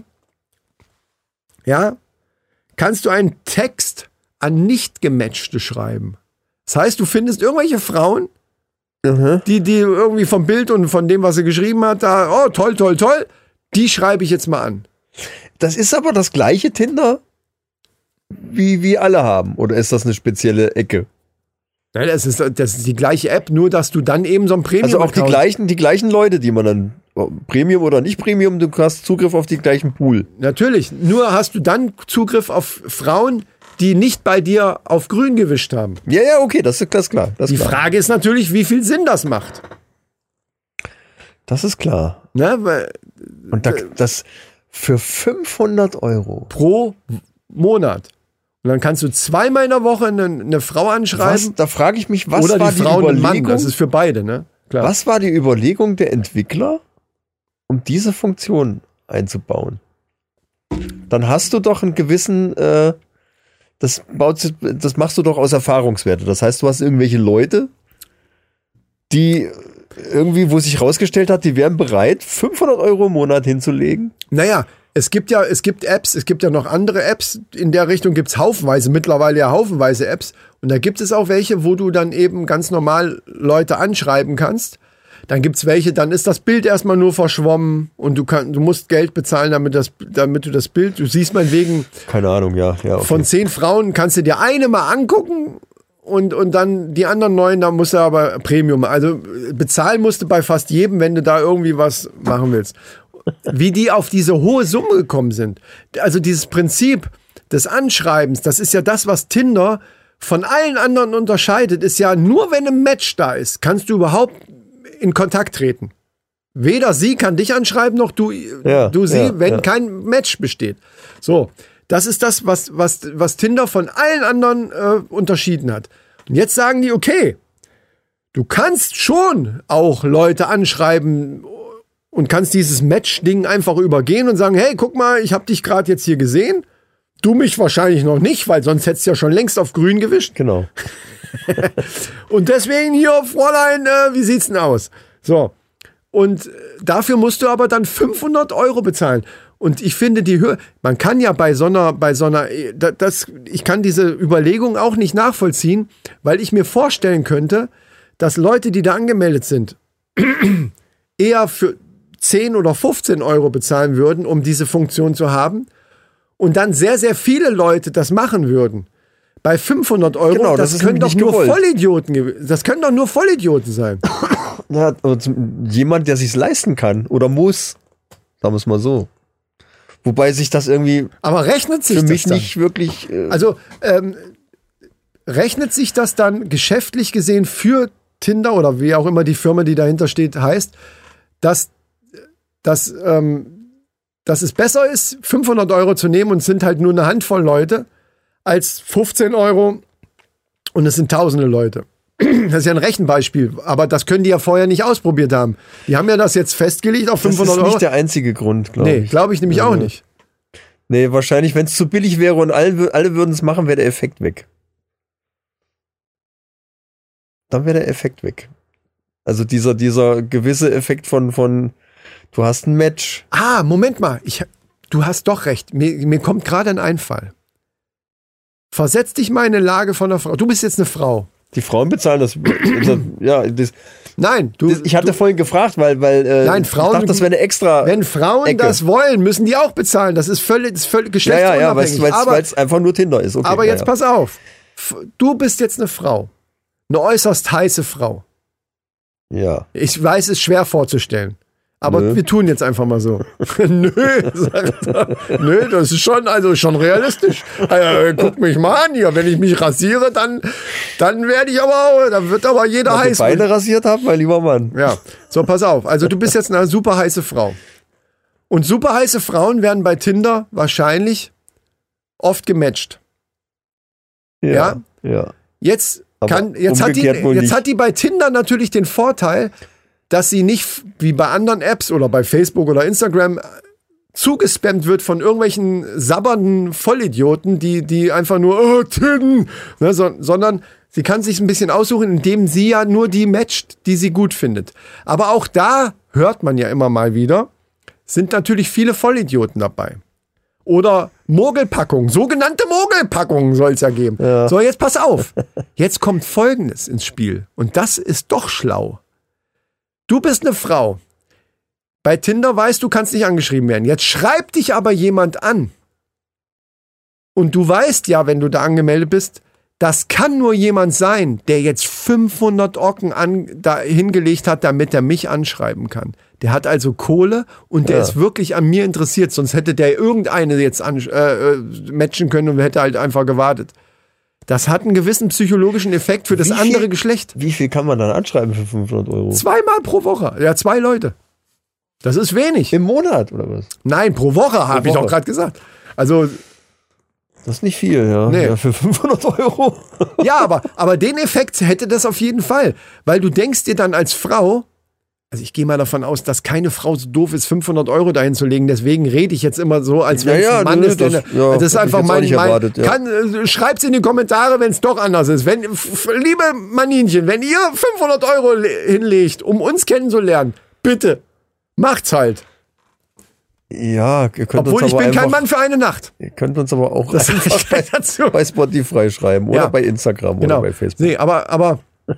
ja, kannst du einen Text an Nicht-Gematchte schreiben. Das heißt, du findest irgendwelche Frauen, die, die irgendwie vom Bild und von dem, was sie geschrieben hat, da, oh, toll, toll, toll, die schreibe ich jetzt mal an. Das ist aber das gleiche Tinder, wie wir alle haben. Oder ist das eine spezielle Ecke? Ja, das ist, das ist die gleiche App, nur dass du dann eben so ein Premium Also auch die gleichen, die gleichen Leute, die man dann, Premium oder nicht Premium, du hast Zugriff auf die gleichen Pool. Natürlich, nur hast du dann Zugriff auf Frauen, die nicht bei dir auf grün gewischt haben. Ja, ja, okay, das ist, das ist klar. Das Die ist klar. Frage ist natürlich, wie viel Sinn das macht. Das ist klar. Ne? Weil Und da, das für fünfhundert Euro. pro Monat. Und dann kannst du zweimal in der Woche eine, eine Frau Was, anschreiben. da frage ich mich, was Oder war die die, Frau und den Mann. Überlegung? Das ist für beide, ne? Klar. Was war die Überlegung der Entwickler, um diese Funktion einzubauen? Dann hast du doch einen gewissen, äh, das, baut, das machst du doch aus Erfahrungswerte. Das heißt, du hast irgendwelche Leute, die irgendwie, wo sich rausgestellt hat, die wären bereit, fünfhundert Euro im Monat hinzulegen. Naja, es gibt ja, es gibt Apps, es gibt ja noch andere Apps. In der Richtung gibt's haufenweise, mittlerweile ja haufenweise Apps. Und da gibt es auch welche, wo du dann eben ganz normal Leute anschreiben kannst. Dann gibt's welche, dann ist das Bild erstmal nur verschwommen und du kann, du musst Geld bezahlen, damit das, damit du das Bild, du siehst meinetwegen, Keine Ahnung, ja. ja okay. von zehn Frauen kannst du dir eine mal angucken und, und dann die anderen neun, da musst du aber Premium, also bezahlen musst du bei fast jedem, wenn du da irgendwie was machen willst. Wie die auf diese hohe Summe gekommen sind. Also dieses Prinzip des Anschreibens, das ist ja das, was Tinder von allen anderen unterscheidet, ist ja nur, wenn ein Match da ist, kannst du überhaupt in Kontakt treten. Weder sie kann dich anschreiben, noch du, Ja, du sie, ja, wenn ja. kein Match besteht. So, das ist das, was, was, was Tinder von allen anderen äh, unterschieden hat. Und jetzt sagen die, okay, du kannst schon auch Leute anschreiben und kannst dieses Match-Ding einfach übergehen und sagen, hey, guck mal, ich habe dich gerade jetzt hier gesehen. Du mich wahrscheinlich noch nicht, weil sonst hättest du ja schon längst auf grün gewischt. Genau. Und deswegen hier, Fräulein, äh, wie sieht's denn aus? So. Und äh, dafür musst du aber dann fünfhundert Euro bezahlen. Und ich finde die Höhe, man kann ja bei so einer, bei so einer, äh, da- das, ich kann diese Überlegung auch nicht nachvollziehen, weil ich mir vorstellen könnte, dass Leute, die da angemeldet sind, eher für zehn oder fünfzehn Euro bezahlen würden, um diese Funktion zu haben. Und dann sehr, sehr viele Leute das machen würden. Bei fünfhundert Euro, Genau, das, das ist können doch nämlich nur gewollt. Vollidioten, gew- das können doch nur Vollidioten sein. Ja, aber zum- jemand, der sich's leisten kann oder muss, sagen wir es mal so. Wobei sich das irgendwie Aber rechnet sich für das mich dann? nicht wirklich. Äh, Also, ähm, rechnet sich das dann geschäftlich gesehen für Tinder oder wie auch immer die Firma, die dahinter steht, heißt, dass, dass, ähm, dass es besser ist, fünfhundert Euro zu nehmen und es sind halt nur eine Handvoll Leute, als fünfzehn Euro Und es sind tausende Leute. Das ist ja ein Rechenbeispiel, aber das können die ja vorher nicht ausprobiert haben. Die haben ja das jetzt festgelegt auf fünfhundert Euro. Das ist nicht der einzige Grund, glaube nee, ich. Nee, glaube ich nämlich ja. auch nicht. Nee, wahrscheinlich, wenn es zu billig wäre und alle, alle würden es machen, wäre der Effekt weg. Dann wäre der Effekt weg. Also dieser, dieser gewisse Effekt von, von du hast ein Match. Ah, Moment mal. Ich, du hast doch recht. Mir, mir kommt gerade ein Einfall. Versetz dich mal in eine Lage von einer Frau. Du bist jetzt eine Frau. Die Frauen bezahlen das. ja, das Nein, du. das, ich hatte du, vorhin gefragt, weil, weil äh, nein, Frauen, ich dachte, das wäre eine extra. Wenn Frauen Ecke. das wollen, müssen die auch bezahlen. Das ist völlig, das ist völlig Ja, ja, ja, geschlechtsunabhängig. weil es einfach nur Tinder ist. Okay, aber ja, jetzt ja. pass auf. Du bist jetzt eine Frau. Eine äußerst heiße Frau. Ja. Ich weiß, es ist schwer vorzustellen. Aber Nö. wir tun jetzt einfach mal so. Nö, sagt er. Nö, das ist schon, also schon realistisch. Also, guck mich mal an hier. Wenn ich mich rasiere, dann, dann werde ich aber auch, dann wird aber jeder Wenn heiß. ich Beine rasiert habe, mein lieber Mann. Ja, so pass auf. Also du bist jetzt eine super heiße Frau. Und super heiße Frauen werden bei Tinder wahrscheinlich oft gematcht. Ja? Ja. Jetzt, Aber kann, jetzt, hat die, umgekehrt wohl jetzt nicht. hat die bei Tinder natürlich den Vorteil, dass sie nicht wie bei anderen Apps oder bei Facebook oder Instagram zugespammt wird von irgendwelchen sabbernden Vollidioten, die, die einfach nur, oh, Titten, ne, so, sondern sie kann sich ein bisschen aussuchen, indem sie ja nur die matcht, die sie gut findet. Aber auch da hört man ja immer mal wieder, sind natürlich viele Vollidioten dabei. Oder Mogelpackungen, sogenannte Mogelpackungen soll es ja geben. Ja. So, jetzt pass auf. Jetzt kommt Folgendes ins Spiel. Und das ist doch schlau. Du bist eine Frau. Bei Tinder weißt du, kannst nicht angeschrieben werden. Jetzt schreibt dich aber jemand an. Und du weißt ja, wenn du da angemeldet bist, das kann nur jemand sein, der jetzt fünfhundert Ocken an, da hingelegt hat, damit er mich anschreiben kann. Der hat also Kohle und der Ja. ist wirklich an mir interessiert. Sonst hätte der irgendeine jetzt an, äh, matchen können und hätte halt einfach gewartet. Das hat einen gewissen psychologischen Effekt für das Wie andere viel- Geschlecht. Wie viel kann man dann anschreiben für fünfhundert Euro? Zweimal pro Woche. Ja, zwei Leute. Das ist wenig. Im Monat, oder was? Nein, pro Woche, habe ich Woche. doch gerade gesagt. Also, Das ist nicht viel, ja. Nee. ja für fünfhundert Euro. ja, aber, aber den Effekt hätte das auf jeden Fall. Weil du denkst dir dann als Frau, also ich gehe mal davon aus, dass keine Frau so doof ist, fünfhundert Euro dahin zu legen. Deswegen rede ich jetzt immer so, als wenn Ja, es ja, ein Mann nö, ist. Der, das- das, ja, das ist hab ich einfach jetzt auch mein, nicht mein erwartet, ja. kann, äh, schreibt's in die Kommentare, wenn es doch anders ist. Wenn, f- liebe Maninchen, wenn ihr fünfhundert Euro le- hinlegt, um uns kennenzulernen, bitte, macht's halt. Ja, ihr könnt Obwohl uns ich aber bin kein einfach, Mann für eine Nacht. Ihr könnt uns aber auch Das sag einfach ich gleich dazu. bei Spotify schreiben oder Ja. bei Instagram Genau. oder bei Facebook. Nee, aber, aber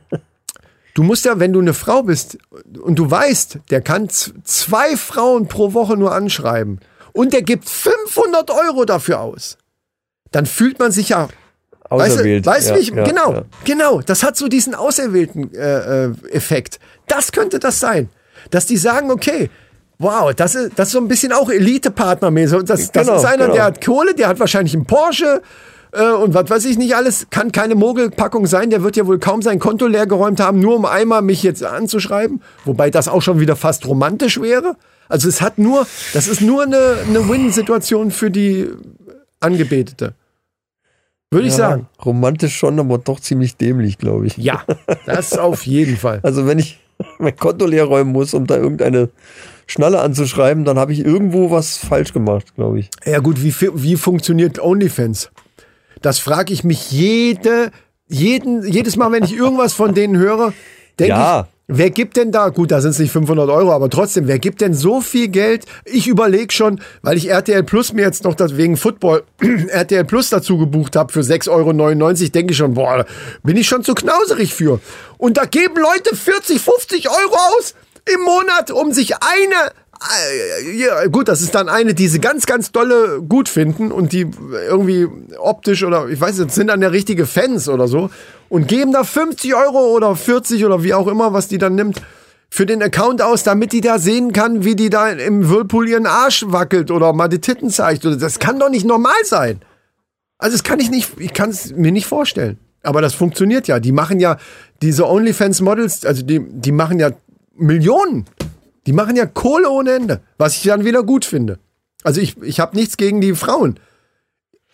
du musst ja, wenn du eine Frau bist und du weißt, der kann z- zwei Frauen pro Woche nur anschreiben und der gibt fünfhundert Euro dafür aus, dann fühlt man sich ja, Auserwählt. weißt du, ja, weißt, wie ich, ja, genau, ja. genau, das hat so diesen auserwählten äh, äh, Effekt. Das könnte das sein, dass die sagen, okay, wow, das ist, das ist so ein bisschen auch Elite-Partner-mäßig. Das, das Genau, ist einer, genau. der hat Kohle, der hat wahrscheinlich einen Porsche äh, und was weiß ich nicht alles. Kann keine Mogelpackung sein. Der wird ja wohl kaum sein Konto leer geräumt haben, nur um einmal mich jetzt anzuschreiben. Wobei das auch schon wieder fast romantisch wäre. Also es hat nur, das ist nur eine, eine Win-Situation für die Angebetete. Würde ich Ja, sagen. romantisch schon, aber doch ziemlich dämlich, glaube ich. Ja, das auf jeden Fall. Also wenn ich mein Konto leer räumen muss, um da irgendeine Schnalle anzuschreiben, dann habe ich irgendwo was falsch gemacht, glaube ich. Ja gut, wie, fi- wie funktioniert OnlyFans? Das frage ich mich jede, jeden, jedes Mal, wenn ich irgendwas von denen höre, denke Ja. ich, wer gibt denn da, gut, da sind es nicht fünfhundert Euro, aber trotzdem, wer gibt denn so viel Geld? Ich überlege schon, weil ich R T L Plus mir jetzt noch das wegen Football R T L Plus dazu gebucht habe für sechs Euro neunundneunzig, denke ich schon, boah, bin ich schon zu knauserig für. Und da geben Leute vierzig, fünfzig Euro aus im Monat, um sich eine, äh, ja, gut, das ist dann eine, die sie ganz, ganz dolle gut finden und die irgendwie optisch oder ich weiß nicht, sind dann ja richtige Fans oder so und geben da fünfzig Euro oder vierzig oder wie auch immer, was die dann nimmt, für den Account aus, damit die da sehen kann, wie die da im Whirlpool ihren Arsch wackelt oder mal die Titten zeigt. Das kann doch nicht normal sein. Also das kann ich nicht, ich kann es mir nicht vorstellen. Aber das funktioniert ja. Die machen ja diese OnlyFans-Models, also die, die machen ja Millionen. Die machen ja Kohle ohne Ende, was ich dann wieder gut finde. Also ich, ich habe nichts gegen die Frauen.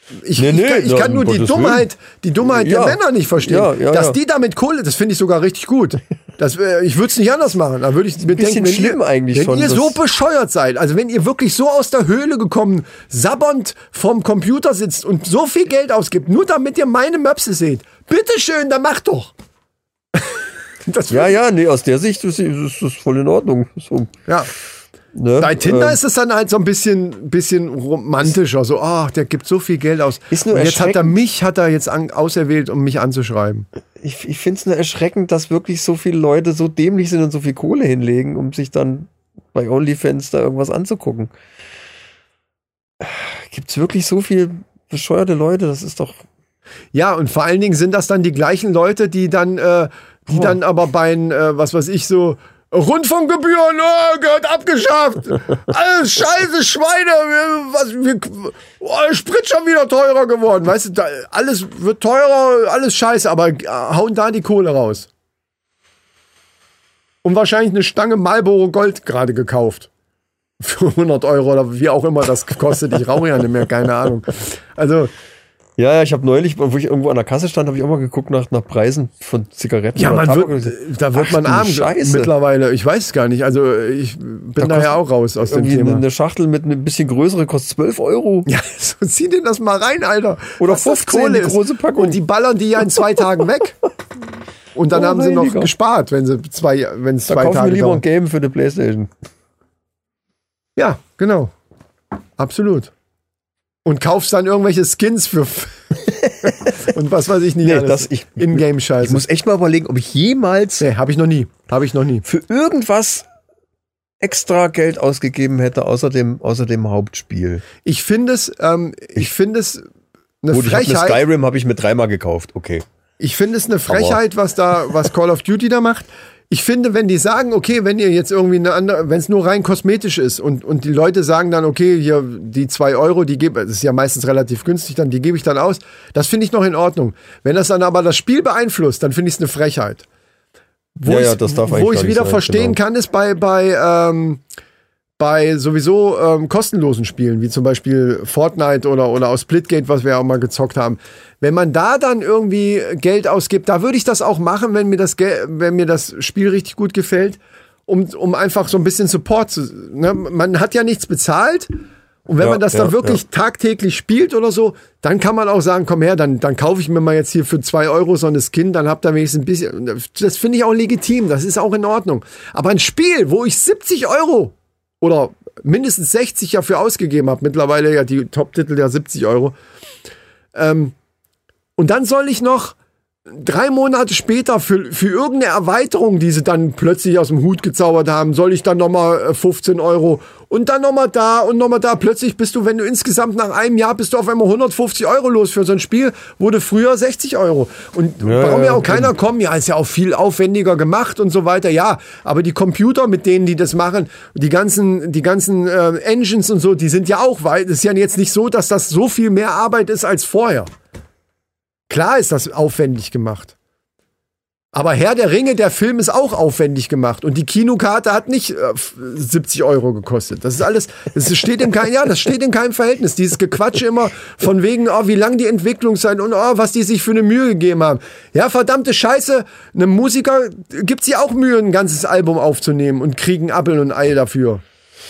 Ich, Nee, ich, nee, kann, ich na, kann nur um die Gottes Dummheit, die Dummheit Ja. der Männer nicht verstehen. Ja, ja, Dass ja. die damit Kohle, das finde ich sogar richtig gut. Das, äh, ich würde es nicht anders machen. Da würde ich mir bisschen denken, wenn schlimm ihr, eigentlich wenn schon, ihr so das- bescheuert seid, also wenn ihr wirklich so aus der Höhle gekommen, sabbernd vorm Computer sitzt und so viel Geld ausgibt, nur damit ihr meine Möpse seht, bitteschön, dann macht doch. Das Ja, ja, nee, aus der Sicht ist, ist das voll in Ordnung. So, ja. ne? Bei Tinder Ähm, ist es dann halt so ein bisschen, bisschen romantischer. So, ach, der gibt so viel Geld aus. Ist nur und jetzt hat er erschreckend. mich, hat er jetzt an, auserwählt, um mich anzuschreiben. Ich, ich finde es nur erschreckend, dass wirklich so viele Leute so dämlich sind und so viel Kohle hinlegen, um sich dann bei OnlyFans da irgendwas anzugucken. Gibt's wirklich so viel bescheuerte Leute? Das ist doch... Ja, und vor allen Dingen sind das dann die gleichen Leute, die dann, äh, die Boah. dann aber bei, äh, was weiß ich, so Rundfunkgebühren, oh, gehört abgeschafft. Alles scheiße Schweine, wir, was, wir, oh, Sprit schon wieder teurer geworden. Weißt du, da, alles wird teurer, alles scheiße, aber äh, hauen da die Kohle raus. Und wahrscheinlich eine Stange Marlboro Gold gerade gekauft. Für hundert Euro oder wie auch immer das kostet. Ich rauche ja nicht mehr, keine Ahnung. Also, Ja, ja, ich habe neulich, wo ich irgendwo an der Kasse stand, habe ich auch mal geguckt nach, nach Preisen von Zigaretten. ja, oder man Tabak. wird, da wird Ach man du arm Scheiße. mittlerweile. Ich weiß es gar nicht. Also ich bin Da daher kostet auch raus aus dem Irgendwie Thema. eine, eine Schachtel mit ein bisschen größere kostet zwölf Euro. Ja, so zieh den das mal rein, Alter. Oder Was das fünfzehn, Kohle die ist. große Packung. Und die ballern die ja in zwei Tagen weg. Und dann Oh, haben sie noch Heiliger. gespart, wenn sie zwei, wenn es Da zwei kaufen wir Tage lieber ein dauert. Game für die Playstation. Ja, genau. Absolut. Und kaufst dann irgendwelche Skins für und was weiß ich nicht Nee, alles. das- ich- In-Game-Scheiße. Ich muss echt mal überlegen, ob ich jemals Nee, habe ich noch nie. Habe ich noch nie. für irgendwas extra Geld ausgegeben hätte, außer dem, außer dem Hauptspiel. Ich finde es, ähm, ich finde es eine Gut, ich habe eine Frechheit. Skyrim habe ich mir dreimal gekauft, okay. Ich finde es eine Frechheit, was da, was Call of Duty da macht. Ich finde, wenn die sagen, okay, wenn ihr jetzt irgendwie eine andere, wenn es nur rein kosmetisch ist und, und die Leute sagen dann, okay, hier die zwei Euro, die gebe, das ist ja meistens relativ günstig, dann die gebe ich dann aus. Das finde ich noch in Ordnung. Wenn das dann aber das Spiel beeinflusst, dann finde ich es eine Frechheit. Wo Ja, ja, ich's- das darf Wo eigentlich ich gar nicht wieder sein, verstehen genau. kann, ist bei, bei, ähm, bei sowieso ähm, kostenlosen Spielen, wie zum Beispiel Fortnite oder, oder aus Splitgate, was wir auch mal gezockt haben. Wenn man da dann irgendwie Geld ausgibt, da würde ich das auch machen, wenn mir das, Gel- wenn mir das Spiel richtig gut gefällt, um, um einfach so ein bisschen Support zu... Ne? Man hat ja nichts bezahlt und wenn Ja, man das ja, dann wirklich ja. tagtäglich spielt oder so, dann kann man auch sagen, komm her, dann, dann kaufe ich mir mal jetzt hier für zwei Euro so eine Skin, dann habt ihr wenigstens ein bisschen... Das finde ich auch legitim, das ist auch in Ordnung. Aber ein Spiel, wo ich siebzig Euro oder mindestens sechzig dafür ausgegeben habe, mittlerweile ja die Top-Titel ja siebzig Euro, ähm, und dann soll ich noch drei Monate später für, für irgendeine Erweiterung, die sie dann plötzlich aus dem Hut gezaubert haben, soll ich dann nochmal fünfzehn Euro und dann nochmal da und nochmal da. Plötzlich bist du, wenn du insgesamt nach einem Jahr bist du auf einmal hundertfünfzig Euro los für so ein Spiel, wurde früher sechzig Euro. Und Ja, warum ja ja, auch keiner kommen, ja, ist ja auch viel aufwendiger gemacht und so weiter. Ja, aber die Computer, mit denen die das machen, die ganzen, die ganzen äh, Engines und so, die sind ja auch weit. Es ist ja jetzt nicht so, dass das so viel mehr Arbeit ist als vorher. Klar ist das aufwendig gemacht. Aber Herr der Ringe, der Film ist auch aufwendig gemacht. Und die Kinokarte hat nicht äh, siebzig Euro gekostet. Das ist alles, das steht in kein, ja, das steht in keinem Verhältnis. Dieses Gequatsche immer von wegen, oh, wie lang die Entwicklung sein und oh, was die sich für eine Mühe gegeben haben. Ja, verdammte Scheiße, einem Musiker gibt sich auch Mühe, ein ganzes Album aufzunehmen und kriegen Appel und Ei dafür.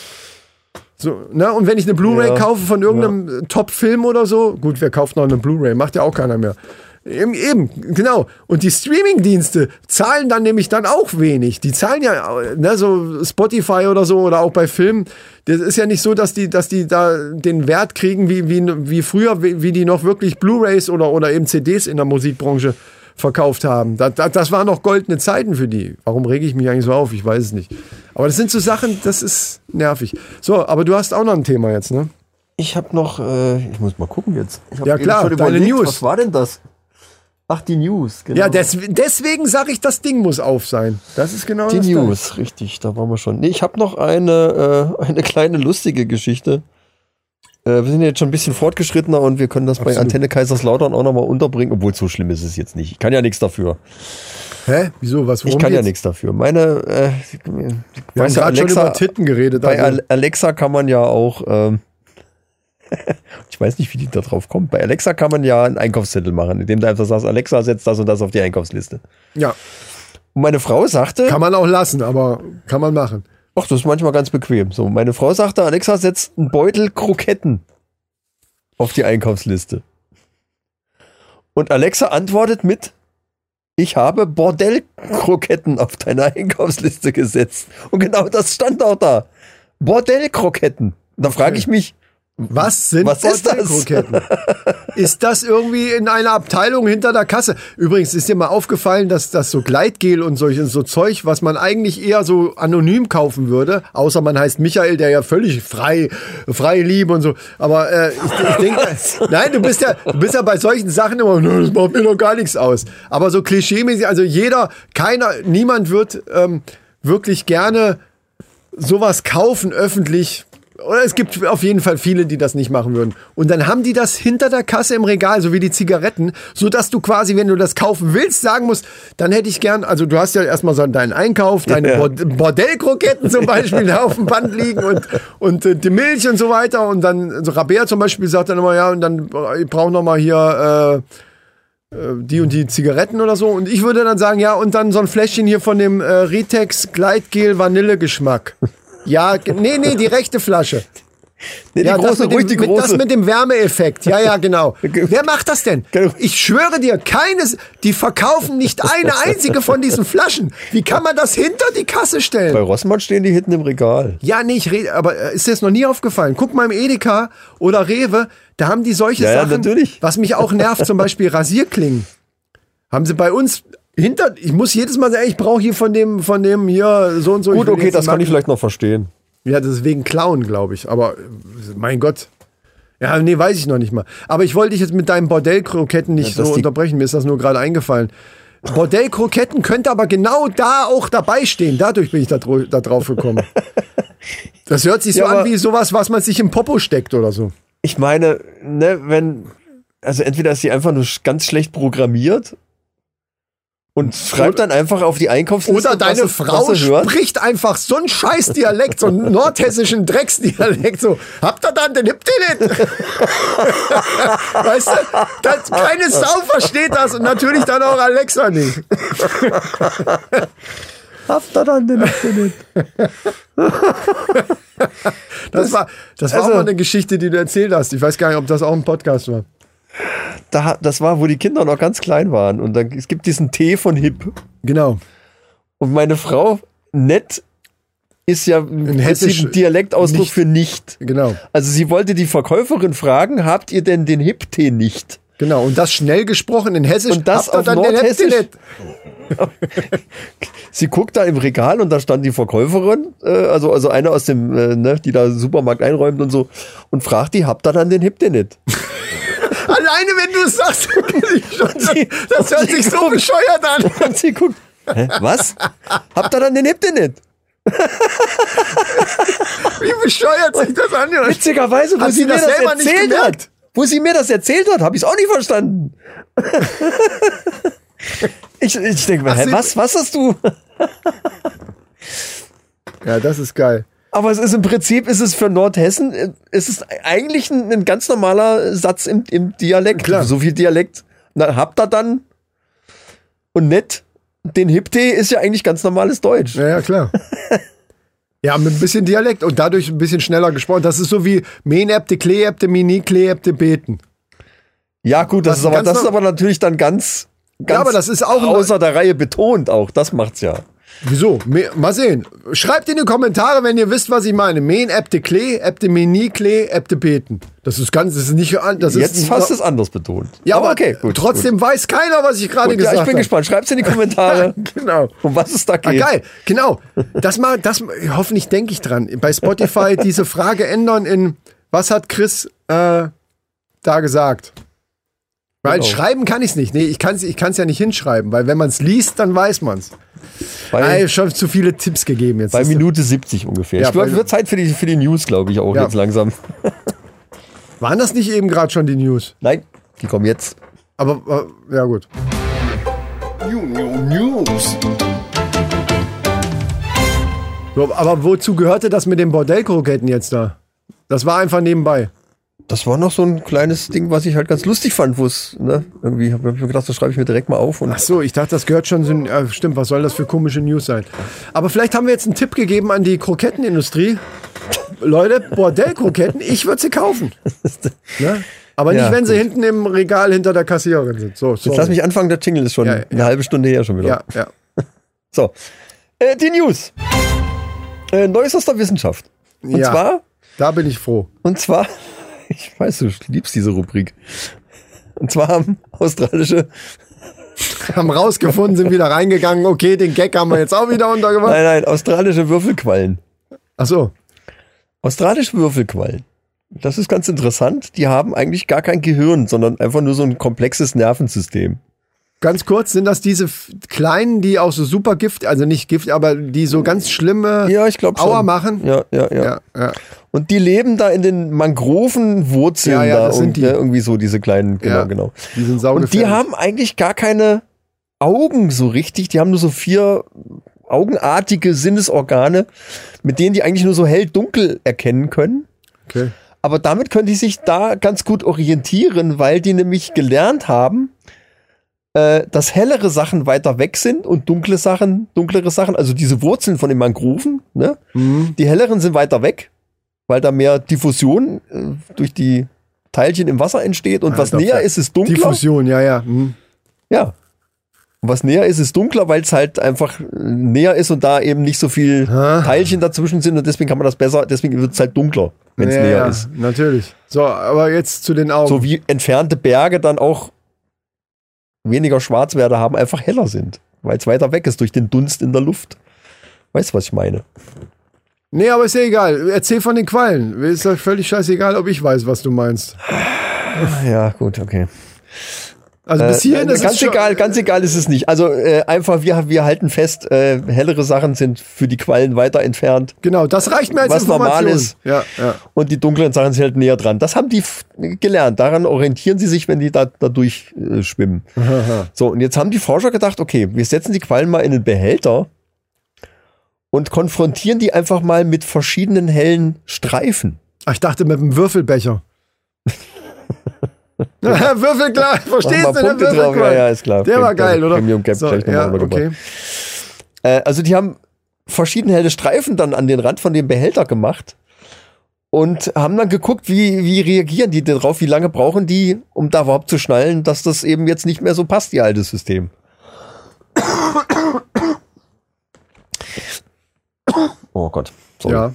So, ne? Und wenn ich eine Blu-ray Ja, kaufe von irgendeinem ja. Top-Film oder so, gut, wer kauft noch eine Blu-ray? Macht ja auch keiner mehr. Eben, eben, genau. Und die Streaming-Dienste zahlen dann nämlich dann auch wenig. Die zahlen ja, ne, so Spotify oder so oder auch bei Filmen. Das ist ja nicht so, dass die, dass die da den Wert kriegen wie, wie, wie früher, wie, wie die noch wirklich Blu-rays oder, oder eben C Ds in der Musikbranche verkauft haben. Das, das, das waren noch goldene Zeiten für die. Warum rege ich mich eigentlich so auf? Ich weiß es nicht. Aber das sind so Sachen, das ist nervig. So, aber du hast auch noch ein Thema jetzt, ne? Ich habe noch, äh, ich muss mal gucken jetzt. Ich hab Ja, eben klar, schon deine überlegt, News. Was war denn das? Ach, die News, genau. Ja, des, deswegen sage ich, das Ding muss auf sein. Das ist genau Die das. News, richtig, da waren wir schon. Nee, ich habe noch eine, äh, eine kleine lustige Geschichte. Äh, wir sind jetzt schon ein bisschen fortgeschrittener und wir können das Absolut. bei Antenne Kaiserslautern auch nochmal unterbringen, obwohl so schlimm ist es jetzt nicht. Ich kann ja nichts dafür. Hä? Wieso? Was? Ich Worum kann ja geht's? nichts dafür. Meine, äh, Wir haben weißt du, gerade schon Alexa, über Titten geredet. bei Also. Al- Alexa kann man ja auch ähm, Ich weiß nicht, wie die da drauf kommt. Bei Alexa kann man ja einen Einkaufszettel machen, indem du einfach sagst, Alexa, setzt das und das auf die Einkaufsliste. Ja. Und meine Frau sagte... Kann man auch lassen, aber kann man machen. Ach, das ist manchmal ganz bequem. So, meine Frau sagte, Alexa, setzt einen Beutel Kroketten auf die Einkaufsliste. Und Alexa antwortet mit, ich habe Bordellkroketten auf deine Einkaufsliste gesetzt. Und genau das stand auch da. Bordellkroketten. Da frage ich mich, was sind was ist das? Bordellkroketten? Ist das irgendwie in einer Abteilung hinter der Kasse? Übrigens ist dir mal aufgefallen, dass das so Gleitgel und solch, so Zeug, was man eigentlich eher so anonym kaufen würde, außer man heißt Michael, der ja völlig frei, frei lieb und so. Aber äh, ich, ich denke, nein, du bist ja, du bist ja bei solchen Sachen immer, das macht mir doch gar nichts aus. Aber so klischeemäßig, also jeder, keiner, niemand wird ähm, wirklich gerne sowas kaufen öffentlich. Oder es gibt auf jeden Fall viele, die das nicht machen würden. Und dann haben die das hinter der Kasse im Regal, so wie die Zigaretten, so dass du quasi, wenn du das kaufen willst, sagen musst, dann hätte ich gern, also du hast ja erstmal so deinen Einkauf, deine ja. Bord- Bordellkroketten zum Beispiel da auf dem Band liegen und, und äh, die Milch und so weiter. Und dann, so Rabea zum Beispiel sagt dann immer, ja, und dann ich brauche noch mal hier äh, die und die Zigaretten oder so. Und ich würde dann sagen, ja, und dann so ein Fläschchen hier von dem äh, Ritex Gleitgel Vanillegeschmack. Ja, nee, nee, die rechte Flasche. Nee, die ja, große, das mit ruhig dem, die große. Mit, das mit dem Wärmeeffekt. Ja, ja, genau. Wer macht das denn? Ich schwöre dir, keines, die verkaufen nicht eine einzige von diesen Flaschen. Wie kann man das hinter die Kasse stellen? Bei Rossmann stehen die hinten im Regal. Ja, nee, ich rede, aber ist dir das noch nie aufgefallen? Guck mal im Edeka oder Rewe, da haben die solche Ja, ja, Sachen. natürlich. Was mich auch nervt, zum Beispiel Rasierklingen. Haben sie bei uns hinter, ich muss jedes Mal sagen, ich brauche hier von dem, von dem hier so und so. Gut, Ich will okay, jetzt das die kann ich Marken- vielleicht noch verstehen. Ja, das ist wegen Klauen, glaube ich. Aber mein Gott. Ja, nee, weiß ich noch nicht mal. Aber ich wollte dich jetzt mit deinen Bordellkroketten nicht Ja, dass so die- unterbrechen. Mir ist das nur gerade eingefallen. Bordellkroketten könnte aber genau da auch dabei stehen. Dadurch bin ich da, dro- da drauf gekommen. Das hört sich so Ja, an aber- wie sowas, was man sich im Popo steckt oder so. Ich meine, ne, wenn, also entweder ist sie einfach nur sch- ganz schlecht programmiert und schreibt dann einfach auf die Einkaufsliste, Oder deine was, Frau was sie hört. spricht einfach so einen Scheißdialekt, so einen nordhessischen Drecksdialekt, so, habt ihr dann den Hiptilit? Weißt du, das, keine Sau versteht das und natürlich dann auch Alexa nicht. Habt ihr dann den Internet? Das war, das war also- auch mal eine Geschichte, die du erzählt hast. Ich weiß gar nicht, ob das auch ein Podcast war. Da, das war, wo die Kinder noch ganz klein waren. Und dann, es gibt diesen Tee von Hip. Genau. Und meine Frau, nett, ist ja im Prinzip Hessisch ein Dialektausdruck nicht. für nicht. Genau. Also sie wollte die Verkäuferin fragen, habt ihr denn den Hip-Tee nicht? Genau. Und das schnell gesprochen in Hessisch. Und das habt ihr auf dann den Nordhessisch? Hiptilit? Sie guckt da im Regal und da stand die Verkäuferin, äh, also, also eine aus dem, äh, ne, die da Supermarkt einräumt und so, und fragt die, habt ihr dann den Hip-Tee nicht? Alleine, wenn du es sagst, sie- das hört und sie sich so guckt- bescheuert an. Und sie guckt, hä, was? Habt ihr dann den Hip-Tee nicht? Wie bescheuert sich das anhört. Witzigerweise, wo Hat sie sie mir das das selber nicht erzählt gemerkt? hat, wo sie mir das erzählt hat, habe ich es auch nicht verstanden. ich ich denke mir, Ach, hä, sie- was, was hast du? Ja, das ist geil. Aber es ist im Prinzip, ist es für Nordhessen, äh, es ist eigentlich ein, ein ganz normaler Satz im, im Dialekt. Klar. So viel Dialekt. Na, habt ihr dann und nett, den Hip-Tee ist ja eigentlich ganz normales Deutsch. Ja, ja, klar. Ja, mit ein bisschen Dialekt und dadurch ein bisschen schneller gesprochen. Das ist so wie Menäbte, Kleebte, Mini, Kleebte, Beten. Ja, gut, das Was ist aber, ganz das ist noch- aber natürlich dann ganz, ganz aber das ist auch ein- außer der Reihe betont auch. Das macht's ja. Wieso? Me- Mal sehen. Schreibt in die Kommentare, wenn ihr wisst, was ich meine. Men, Äbte, Klee, Äbte, Mini, Klee, Äbte, Beten. Das ist ganz, das ist nicht, das Jetzt ist fast es anders betont. Ja, aber okay, gut. trotzdem weiß keiner, was ich gerade Gut, gesagt ja, habe. ich bin gespannt. Schreibt's in die Kommentare, Genau. um was es da Ah, geht. geil, genau. Das mal, das, hoffentlich denke ich dran. Bei Spotify diese Frage ändern in, was hat Chris äh, da gesagt? Weil Genau. schreiben kann ich es nicht. Nee, ich kann es ich kann's ja nicht hinschreiben, weil wenn man es liest, dann weiß man es. Bei, Schon zu viele Tipps gegeben jetzt. bei Das- Minute siebzig ungefähr. Ja, ich glaube, bei- es wird Zeit für die, für die News, glaube ich, auch Ja. jetzt langsam. Waren das nicht eben gerade schon die News? Nein, die kommen jetzt. Aber, äh, ja gut. News. So, aber wozu gehörte das mit den Bordellkroketten jetzt da? Das war einfach nebenbei. das war noch so ein kleines Ding, was ich halt ganz lustig fand, wo es, ne, irgendwie habe hab ich mir gedacht, das schreibe ich mir direkt mal auf. Und Ach so, ich dachte, das gehört schon so ein, äh, stimmt, was soll das für komische News sein? Aber vielleicht haben wir jetzt einen Tipp gegeben an die Krokettenindustrie. Leute, Bordellkroketten, ich würde sie kaufen. Ne? Aber nicht, Ja, wenn sie gut. hinten im Regal hinter der Kassiererin sind. So, Jetzt lass mich anfangen, der Jingle ist schon Ja, ja. eine halbe Stunde her schon wieder. Ja, ja. So, äh, die News. Äh, Neues aus der Wissenschaft. Und Ja. zwar, Da bin ich froh. und zwar, ich weiß, du liebst diese Rubrik. Und zwar haben australische, Haben rausgefunden, sind wieder reingegangen. Okay, den Gag haben wir jetzt auch wieder untergebracht. nein, nein, australische Würfelquallen. Ach so. Australische Würfelquallen. Das ist ganz interessant. Die haben eigentlich gar kein Gehirn, sondern einfach nur so ein komplexes Nervensystem. Ganz kurz, sind das diese f- kleinen, die auch so super Gift, also nicht Gift, aber die so ganz schlimme Ja, ich glaube schon. Aua machen? Ja, ja, ja, Ja, ja. Und die leben da in den Mangrovenwurzeln Ja, ja, da das sind und die. ja, irgendwie so diese kleinen, genau, Ja. genau. Die sind Und saugefährlich. die haben eigentlich gar keine Augen so richtig. Die haben nur so vier augenartige Sinnesorgane, mit denen die eigentlich nur so hell-dunkel erkennen können. Okay. Aber damit können die sich da ganz gut orientieren, weil die nämlich gelernt haben, äh, dass hellere Sachen weiter weg sind und dunkle Sachen, dunklere Sachen, also diese Wurzeln von den Mangroven, ne? Mhm. Die helleren sind weiter weg, weil da mehr Diffusion äh, durch die Teilchen im Wasser entsteht und was Alter, näher ist, ist dunkler. Diffusion, ja, ja. Mhm. Ja. Und was näher ist, ist dunkler, weil es halt einfach äh, näher ist und da eben nicht so viel Ah. Teilchen dazwischen sind und deswegen kann man das besser, deswegen wird es halt dunkler, wenn es ja, näher ja, ist. natürlich. So, aber jetzt zu den Augen. So wie entfernte Berge dann auch weniger Schwarzwerte haben, einfach heller sind, weil es weiter weg ist durch den Dunst in der Luft. Weißt du, was ich meine? Nee, aber ist ja egal. Erzähl von den Quallen. Ist ja völlig scheißegal, ob ich weiß, was du meinst. Ja, gut, okay. Also bis hierhin äh, ist ganz es schon, egal, ganz egal ist es nicht. Also äh, einfach, wir, wir halten fest, äh, hellere Sachen sind für die Quallen weiter entfernt Genau, das reicht mir als was Information. normal ist. Ja, ja. und die dunklen Sachen sind halt näher dran. Das haben die f- gelernt. Daran orientieren sie sich, wenn die da, da durch äh, schwimmen. So, und jetzt haben die Forscher gedacht, okay, wir setzen die Quallen mal in einen Behälter und konfrontieren die einfach mal mit verschiedenen hellen Streifen. Ach, ich dachte mit einem Würfelbecher. Würfel klar, verstehst Mach du? mal Punkte Der drauf. Ja, Würfelquallen. ja, ist klar. Der war geil, oder? Premium Gap So, gleich nochmal ja, untergebracht. okay. Äh, also die haben verschiedene helle Streifen dann an den Rand von dem Behälter gemacht und haben dann geguckt, wie, wie reagieren die darauf, wie lange brauchen die, um da überhaupt zu schnallen, dass das eben jetzt nicht mehr so passt, ihr altes System. Oh Gott. Sorry. Ja.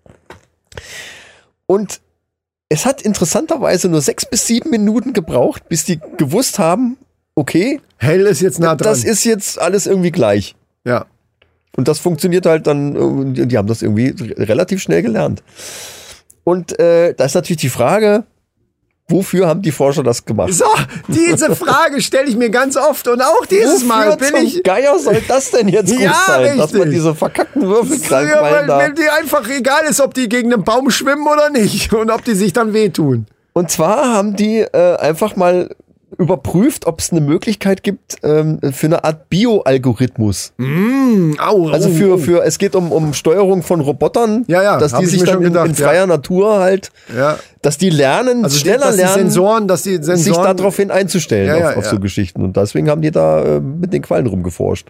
Und es hat interessanterweise nur sechs bis sieben Minuten gebraucht, bis die gewusst haben, okay, Hell ist jetzt nah dran. das ist jetzt alles irgendwie gleich. ja. Und das funktioniert halt dann, äh, die haben das irgendwie relativ schnell gelernt. Und äh, da ist natürlich die Frage, wofür haben die Forscher das gemacht? So, diese Frage stelle ich mir ganz oft und auch dieses Mal Wofür bin zum ich. Geier soll das denn jetzt gut Ja, sein, dass man richtig. diese verkackten Ja, Würfelquallen weil, da... weil dir einfach egal ist, ob die gegen einen Baum schwimmen oder nicht und ob die sich dann wehtun. Und zwar haben die äh, einfach mal überprüft, ob es eine Möglichkeit gibt ähm, für eine Art Bio-Algorithmus. Au, Also au, für, au. für, es geht um, um Steuerung von Robotern, Ja, ja, dass hab die ich sich mir dann schon in, gedacht, in freier ja. Natur halt, Ja. dass die lernen, Also schneller dass die lernen, Sensoren, dass die Sensoren sich darauf hin einzustellen, Ja, ja, auf, auf ja. so Geschichten. Und deswegen haben die da äh, mit den Quallen rumgeforscht.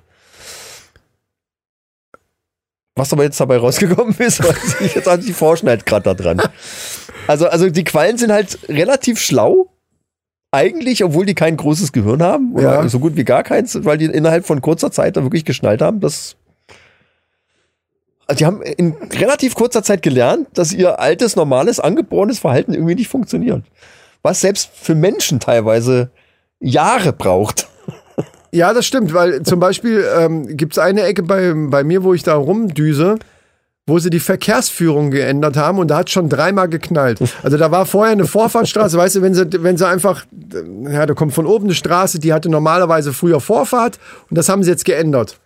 Was aber jetzt dabei rausgekommen ist, weiß ich, jetzt die forschen halt gerade da dran. Also, also die Quallen sind halt relativ schlau, eigentlich, obwohl die kein großes Gehirn haben, oder Ja. so gut wie gar keins, weil die innerhalb von kurzer Zeit da wirklich geschnallt haben, dass also die haben in relativ kurzer Zeit gelernt, dass ihr altes, normales, angeborenes Verhalten irgendwie nicht funktioniert. Was selbst für Menschen teilweise Jahre braucht. Ja, das stimmt, weil zum Beispiel ähm, gibt es eine Ecke bei, bei mir, wo ich da rumdüse, wo sie die Verkehrsführung geändert haben und da hat schon dreimal geknallt. Also da war vorher eine Vorfahrtsstraße, weißt du, wenn sie, wenn sie einfach, ja, da kommt von oben eine Straße, die hatte normalerweise früher Vorfahrt und das haben sie jetzt geändert.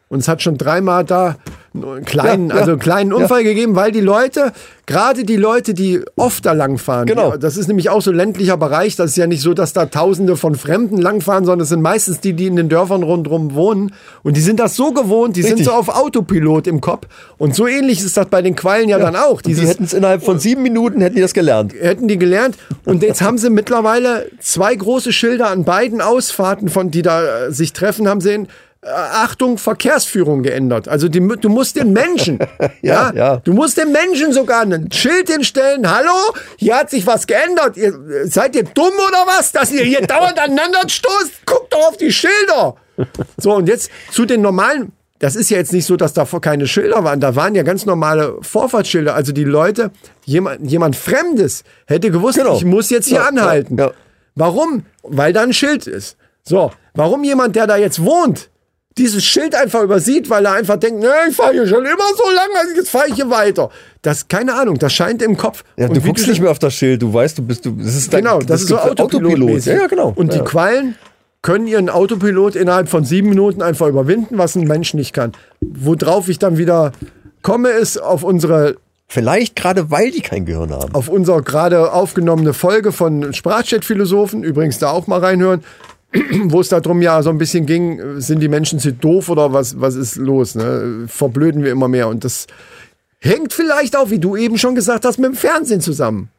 Und es hat schon dreimal da einen kleinen, Ja, ja, also einen kleinen Unfall gegeben, weil die Leute, gerade die Leute, die oft da langfahren, Genau. die, das ist nämlich auch so ländlicher Bereich, das ist ja nicht so, dass da Tausende von Fremden langfahren, sondern es sind meistens die, die in den Dörfern rundherum wohnen und die sind das so gewohnt, die Richtig. sind so auf Autopilot im Kopf und so ähnlich ist das bei den Quallen ja, dann auch. Die Dieses, hätten es innerhalb von sieben Minuten hätten die das gelernt. hätten die gelernt und jetzt haben sie mittlerweile zwei große Schilder an beiden Ausfahrten, von die da äh, sich treffen, haben sie in äh, Achtung, Verkehrsführung geändert. Also die, du musst den Menschen, ja, Ja, ja. du musst den Menschen sogar ein Schild hinstellen. Hallo, hier hat sich was geändert. Ihr, seid ihr dumm oder was, dass ihr hier dauernd aneinander stoßt? Guckt doch auf die Schilder. So, und jetzt zu den normalen. Das ist ja jetzt nicht so, dass davor keine Schilder waren. Da waren ja ganz normale Vorfahrtsschilder. Also die Leute, jemand, jemand Fremdes hätte gewusst, Genau. ich muss jetzt hier Ja, anhalten. ja, ja. Warum? Weil da ein Schild ist. So, warum jemand, der da jetzt wohnt, dieses Schild einfach übersieht, weil er einfach denkt, ne, ich fahre hier schon immer so lange, also jetzt fahre ich hier weiter. Das, keine Ahnung, das scheint im Kopf. Ja, Und du wie guckst nicht mehr auf das Schild, du weißt, du bist, du, das ist dein, Genau, das, ist so Autopilot. Ja, ja, genau. Und die ja. Quallen können ihren Autopilot innerhalb von sieben Minuten einfach überwinden, was ein Mensch nicht kann. Worauf ich dann wieder komme, ist auf unsere, Vielleicht gerade, weil die kein Gehirn haben. auf unsere gerade aufgenommene Folge von Sprachchat-Philosophen, übrigens da auch mal reinhören, wo es darum ja so ein bisschen ging, sind die Menschen zu doof oder was, was ist los? Ne? Verblöden wir immer mehr. Und das hängt vielleicht auch, wie du eben schon gesagt hast, mit dem Fernsehen zusammen.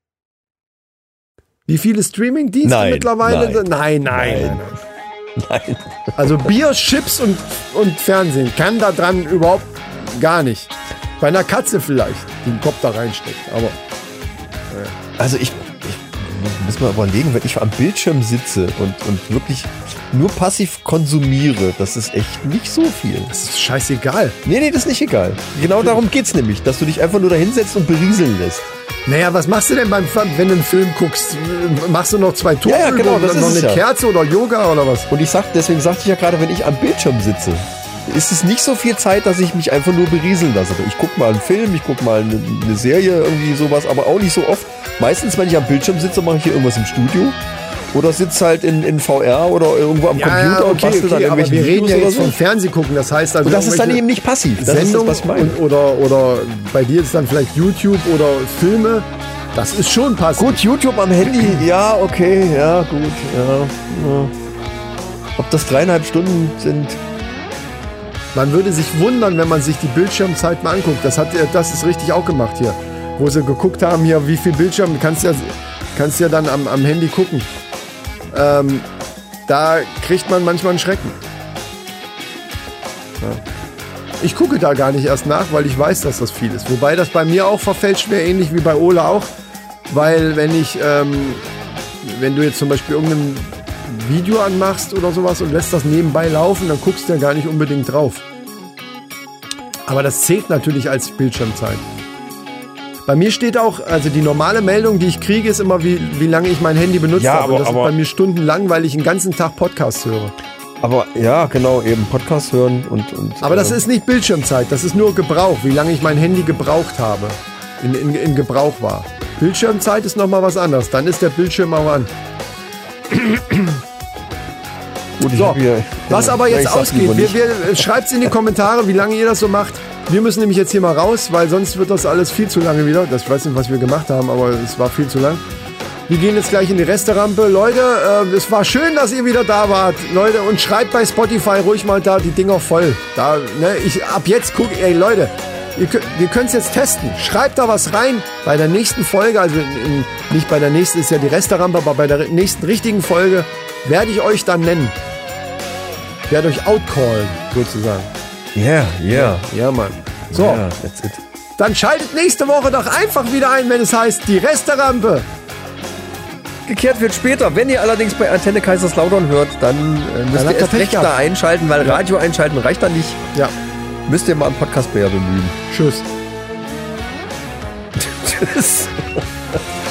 Wie viele Streaming-Dienste Nein, mittlerweile? nein. sind? Nein, nein, Nein. nein. Nein. Also Bier, Chips und, und Fernsehen kann da dran überhaupt gar nicht. Bei einer Katze vielleicht, die den Kopf da reinsteckt. Aber Also ich, ich muss mal überlegen, wenn ich am Bildschirm sitze und, und wirklich nur passiv konsumiere, das ist echt nicht so viel. das ist scheißegal. Nee, nee, das ist nicht egal. Genau darum geht's nämlich, dass du dich einfach nur da hinsetzt und berieseln lässt. Naja, was machst du denn beim, wenn du einen Film guckst? Machst du noch zwei Tore, Ja, ja, genau, das noch ist eine es ja. Kerze oder Yoga oder was? Und ich sag, deswegen sagte ich ja gerade, wenn ich am Bildschirm sitze, ist es nicht so viel Zeit, dass ich mich einfach nur berieseln lasse. Ich gucke mal einen Film, ich gucke mal eine, eine Serie, irgendwie sowas, aber auch nicht so oft. Meistens, wenn ich am Bildschirm sitze, mache ich hier irgendwas im Studio. Oder sitze halt in, in V R oder irgendwo am Computer und bastel dann aber irgendwelche wir reden Videos ja oder jetzt so. vom Fernsehgucken. Das heißt also Und das ist dann irgendwelche eben nicht passiv. Das Sendung ist das, was ich meine. und, oder, oder bei dir ist dann vielleicht YouTube oder Filme. Das ist schon passiv. Gut, YouTube am Handy, ja, okay, ja, gut, ja, ja. Ob das dreieinhalb Stunden sind, Man würde sich wundern, wenn man sich die Bildschirmzeit mal anguckt. Das hat er, das ist richtig auch gemacht hier. Wo sie geguckt haben, hier, wie viel Bildschirm, kannst ja, kannst ja dann am, am Handy gucken. Ähm, da kriegt man manchmal einen Schrecken. Ja. Ich gucke da gar nicht erst nach, weil ich weiß, dass das viel ist. Wobei das bei mir auch verfälscht wäre, ähnlich wie bei Ole auch. Weil wenn ich, ähm, wenn du jetzt zum Beispiel irgendein Video anmachst oder sowas und lässt das nebenbei laufen, dann guckst du ja gar nicht unbedingt drauf. Aber das zählt natürlich als Bildschirmzeit. Bei mir steht auch, also die normale Meldung, die ich kriege, ist immer, wie, wie lange ich mein Handy benutzt Ja, habe. aber- Und das aber- ist bei mir stundenlang, weil ich den ganzen Tag Podcasts höre. aber ja, genau, eben Podcast hören und... und Aber das äh, ist nicht Bildschirmzeit, das ist nur Gebrauch, wie lange ich mein Handy gebraucht habe, in, in, in Gebrauch war. Bildschirmzeit ist nochmal was anderes, dann ist der Bildschirm auch an. gut, ich So, hab hier, was aber Ja, ich jetzt sag's lieber ausgeht, wir, nicht. wir, schreibt's in die Kommentare, wie lange ihr das so macht. Wir müssen nämlich jetzt hier mal raus, weil sonst wird das alles viel zu lange wieder. Das, ich weiß nicht, was wir gemacht haben, aber es war viel zu lang. Wir gehen jetzt gleich in die Resterampe. Leute, äh, es war schön, dass ihr wieder da wart. Leute, und schreibt bei Spotify ruhig mal da die Dinger voll. Da, ne, ich, ab jetzt guck, ey Leute, ihr, könnt- wir können es jetzt testen. Schreibt da was rein. Bei der nächsten Folge, also in, in, nicht bei der nächsten, ist ja die Resterampe, aber bei der nächsten richtigen Folge werde ich euch dann nennen. Ich werde euch outcallen, sozusagen. Yeah, yeah. Ja, Mann. So, Yeah, that's it. dann schaltet nächste Woche doch einfach wieder ein, wenn es heißt, die Resterampe. Gekehrt wird später. Wenn ihr allerdings bei Antenne Kaiserslautern hört, dann äh, müsst Dann ihr habt ihr erst Pech recht gehabt. da einschalten, weil Ja. Radio einschalten reicht dann nicht. Ja, Müsst ihr mal einen Podcast-Player bemühen. tschüss. Tschüss.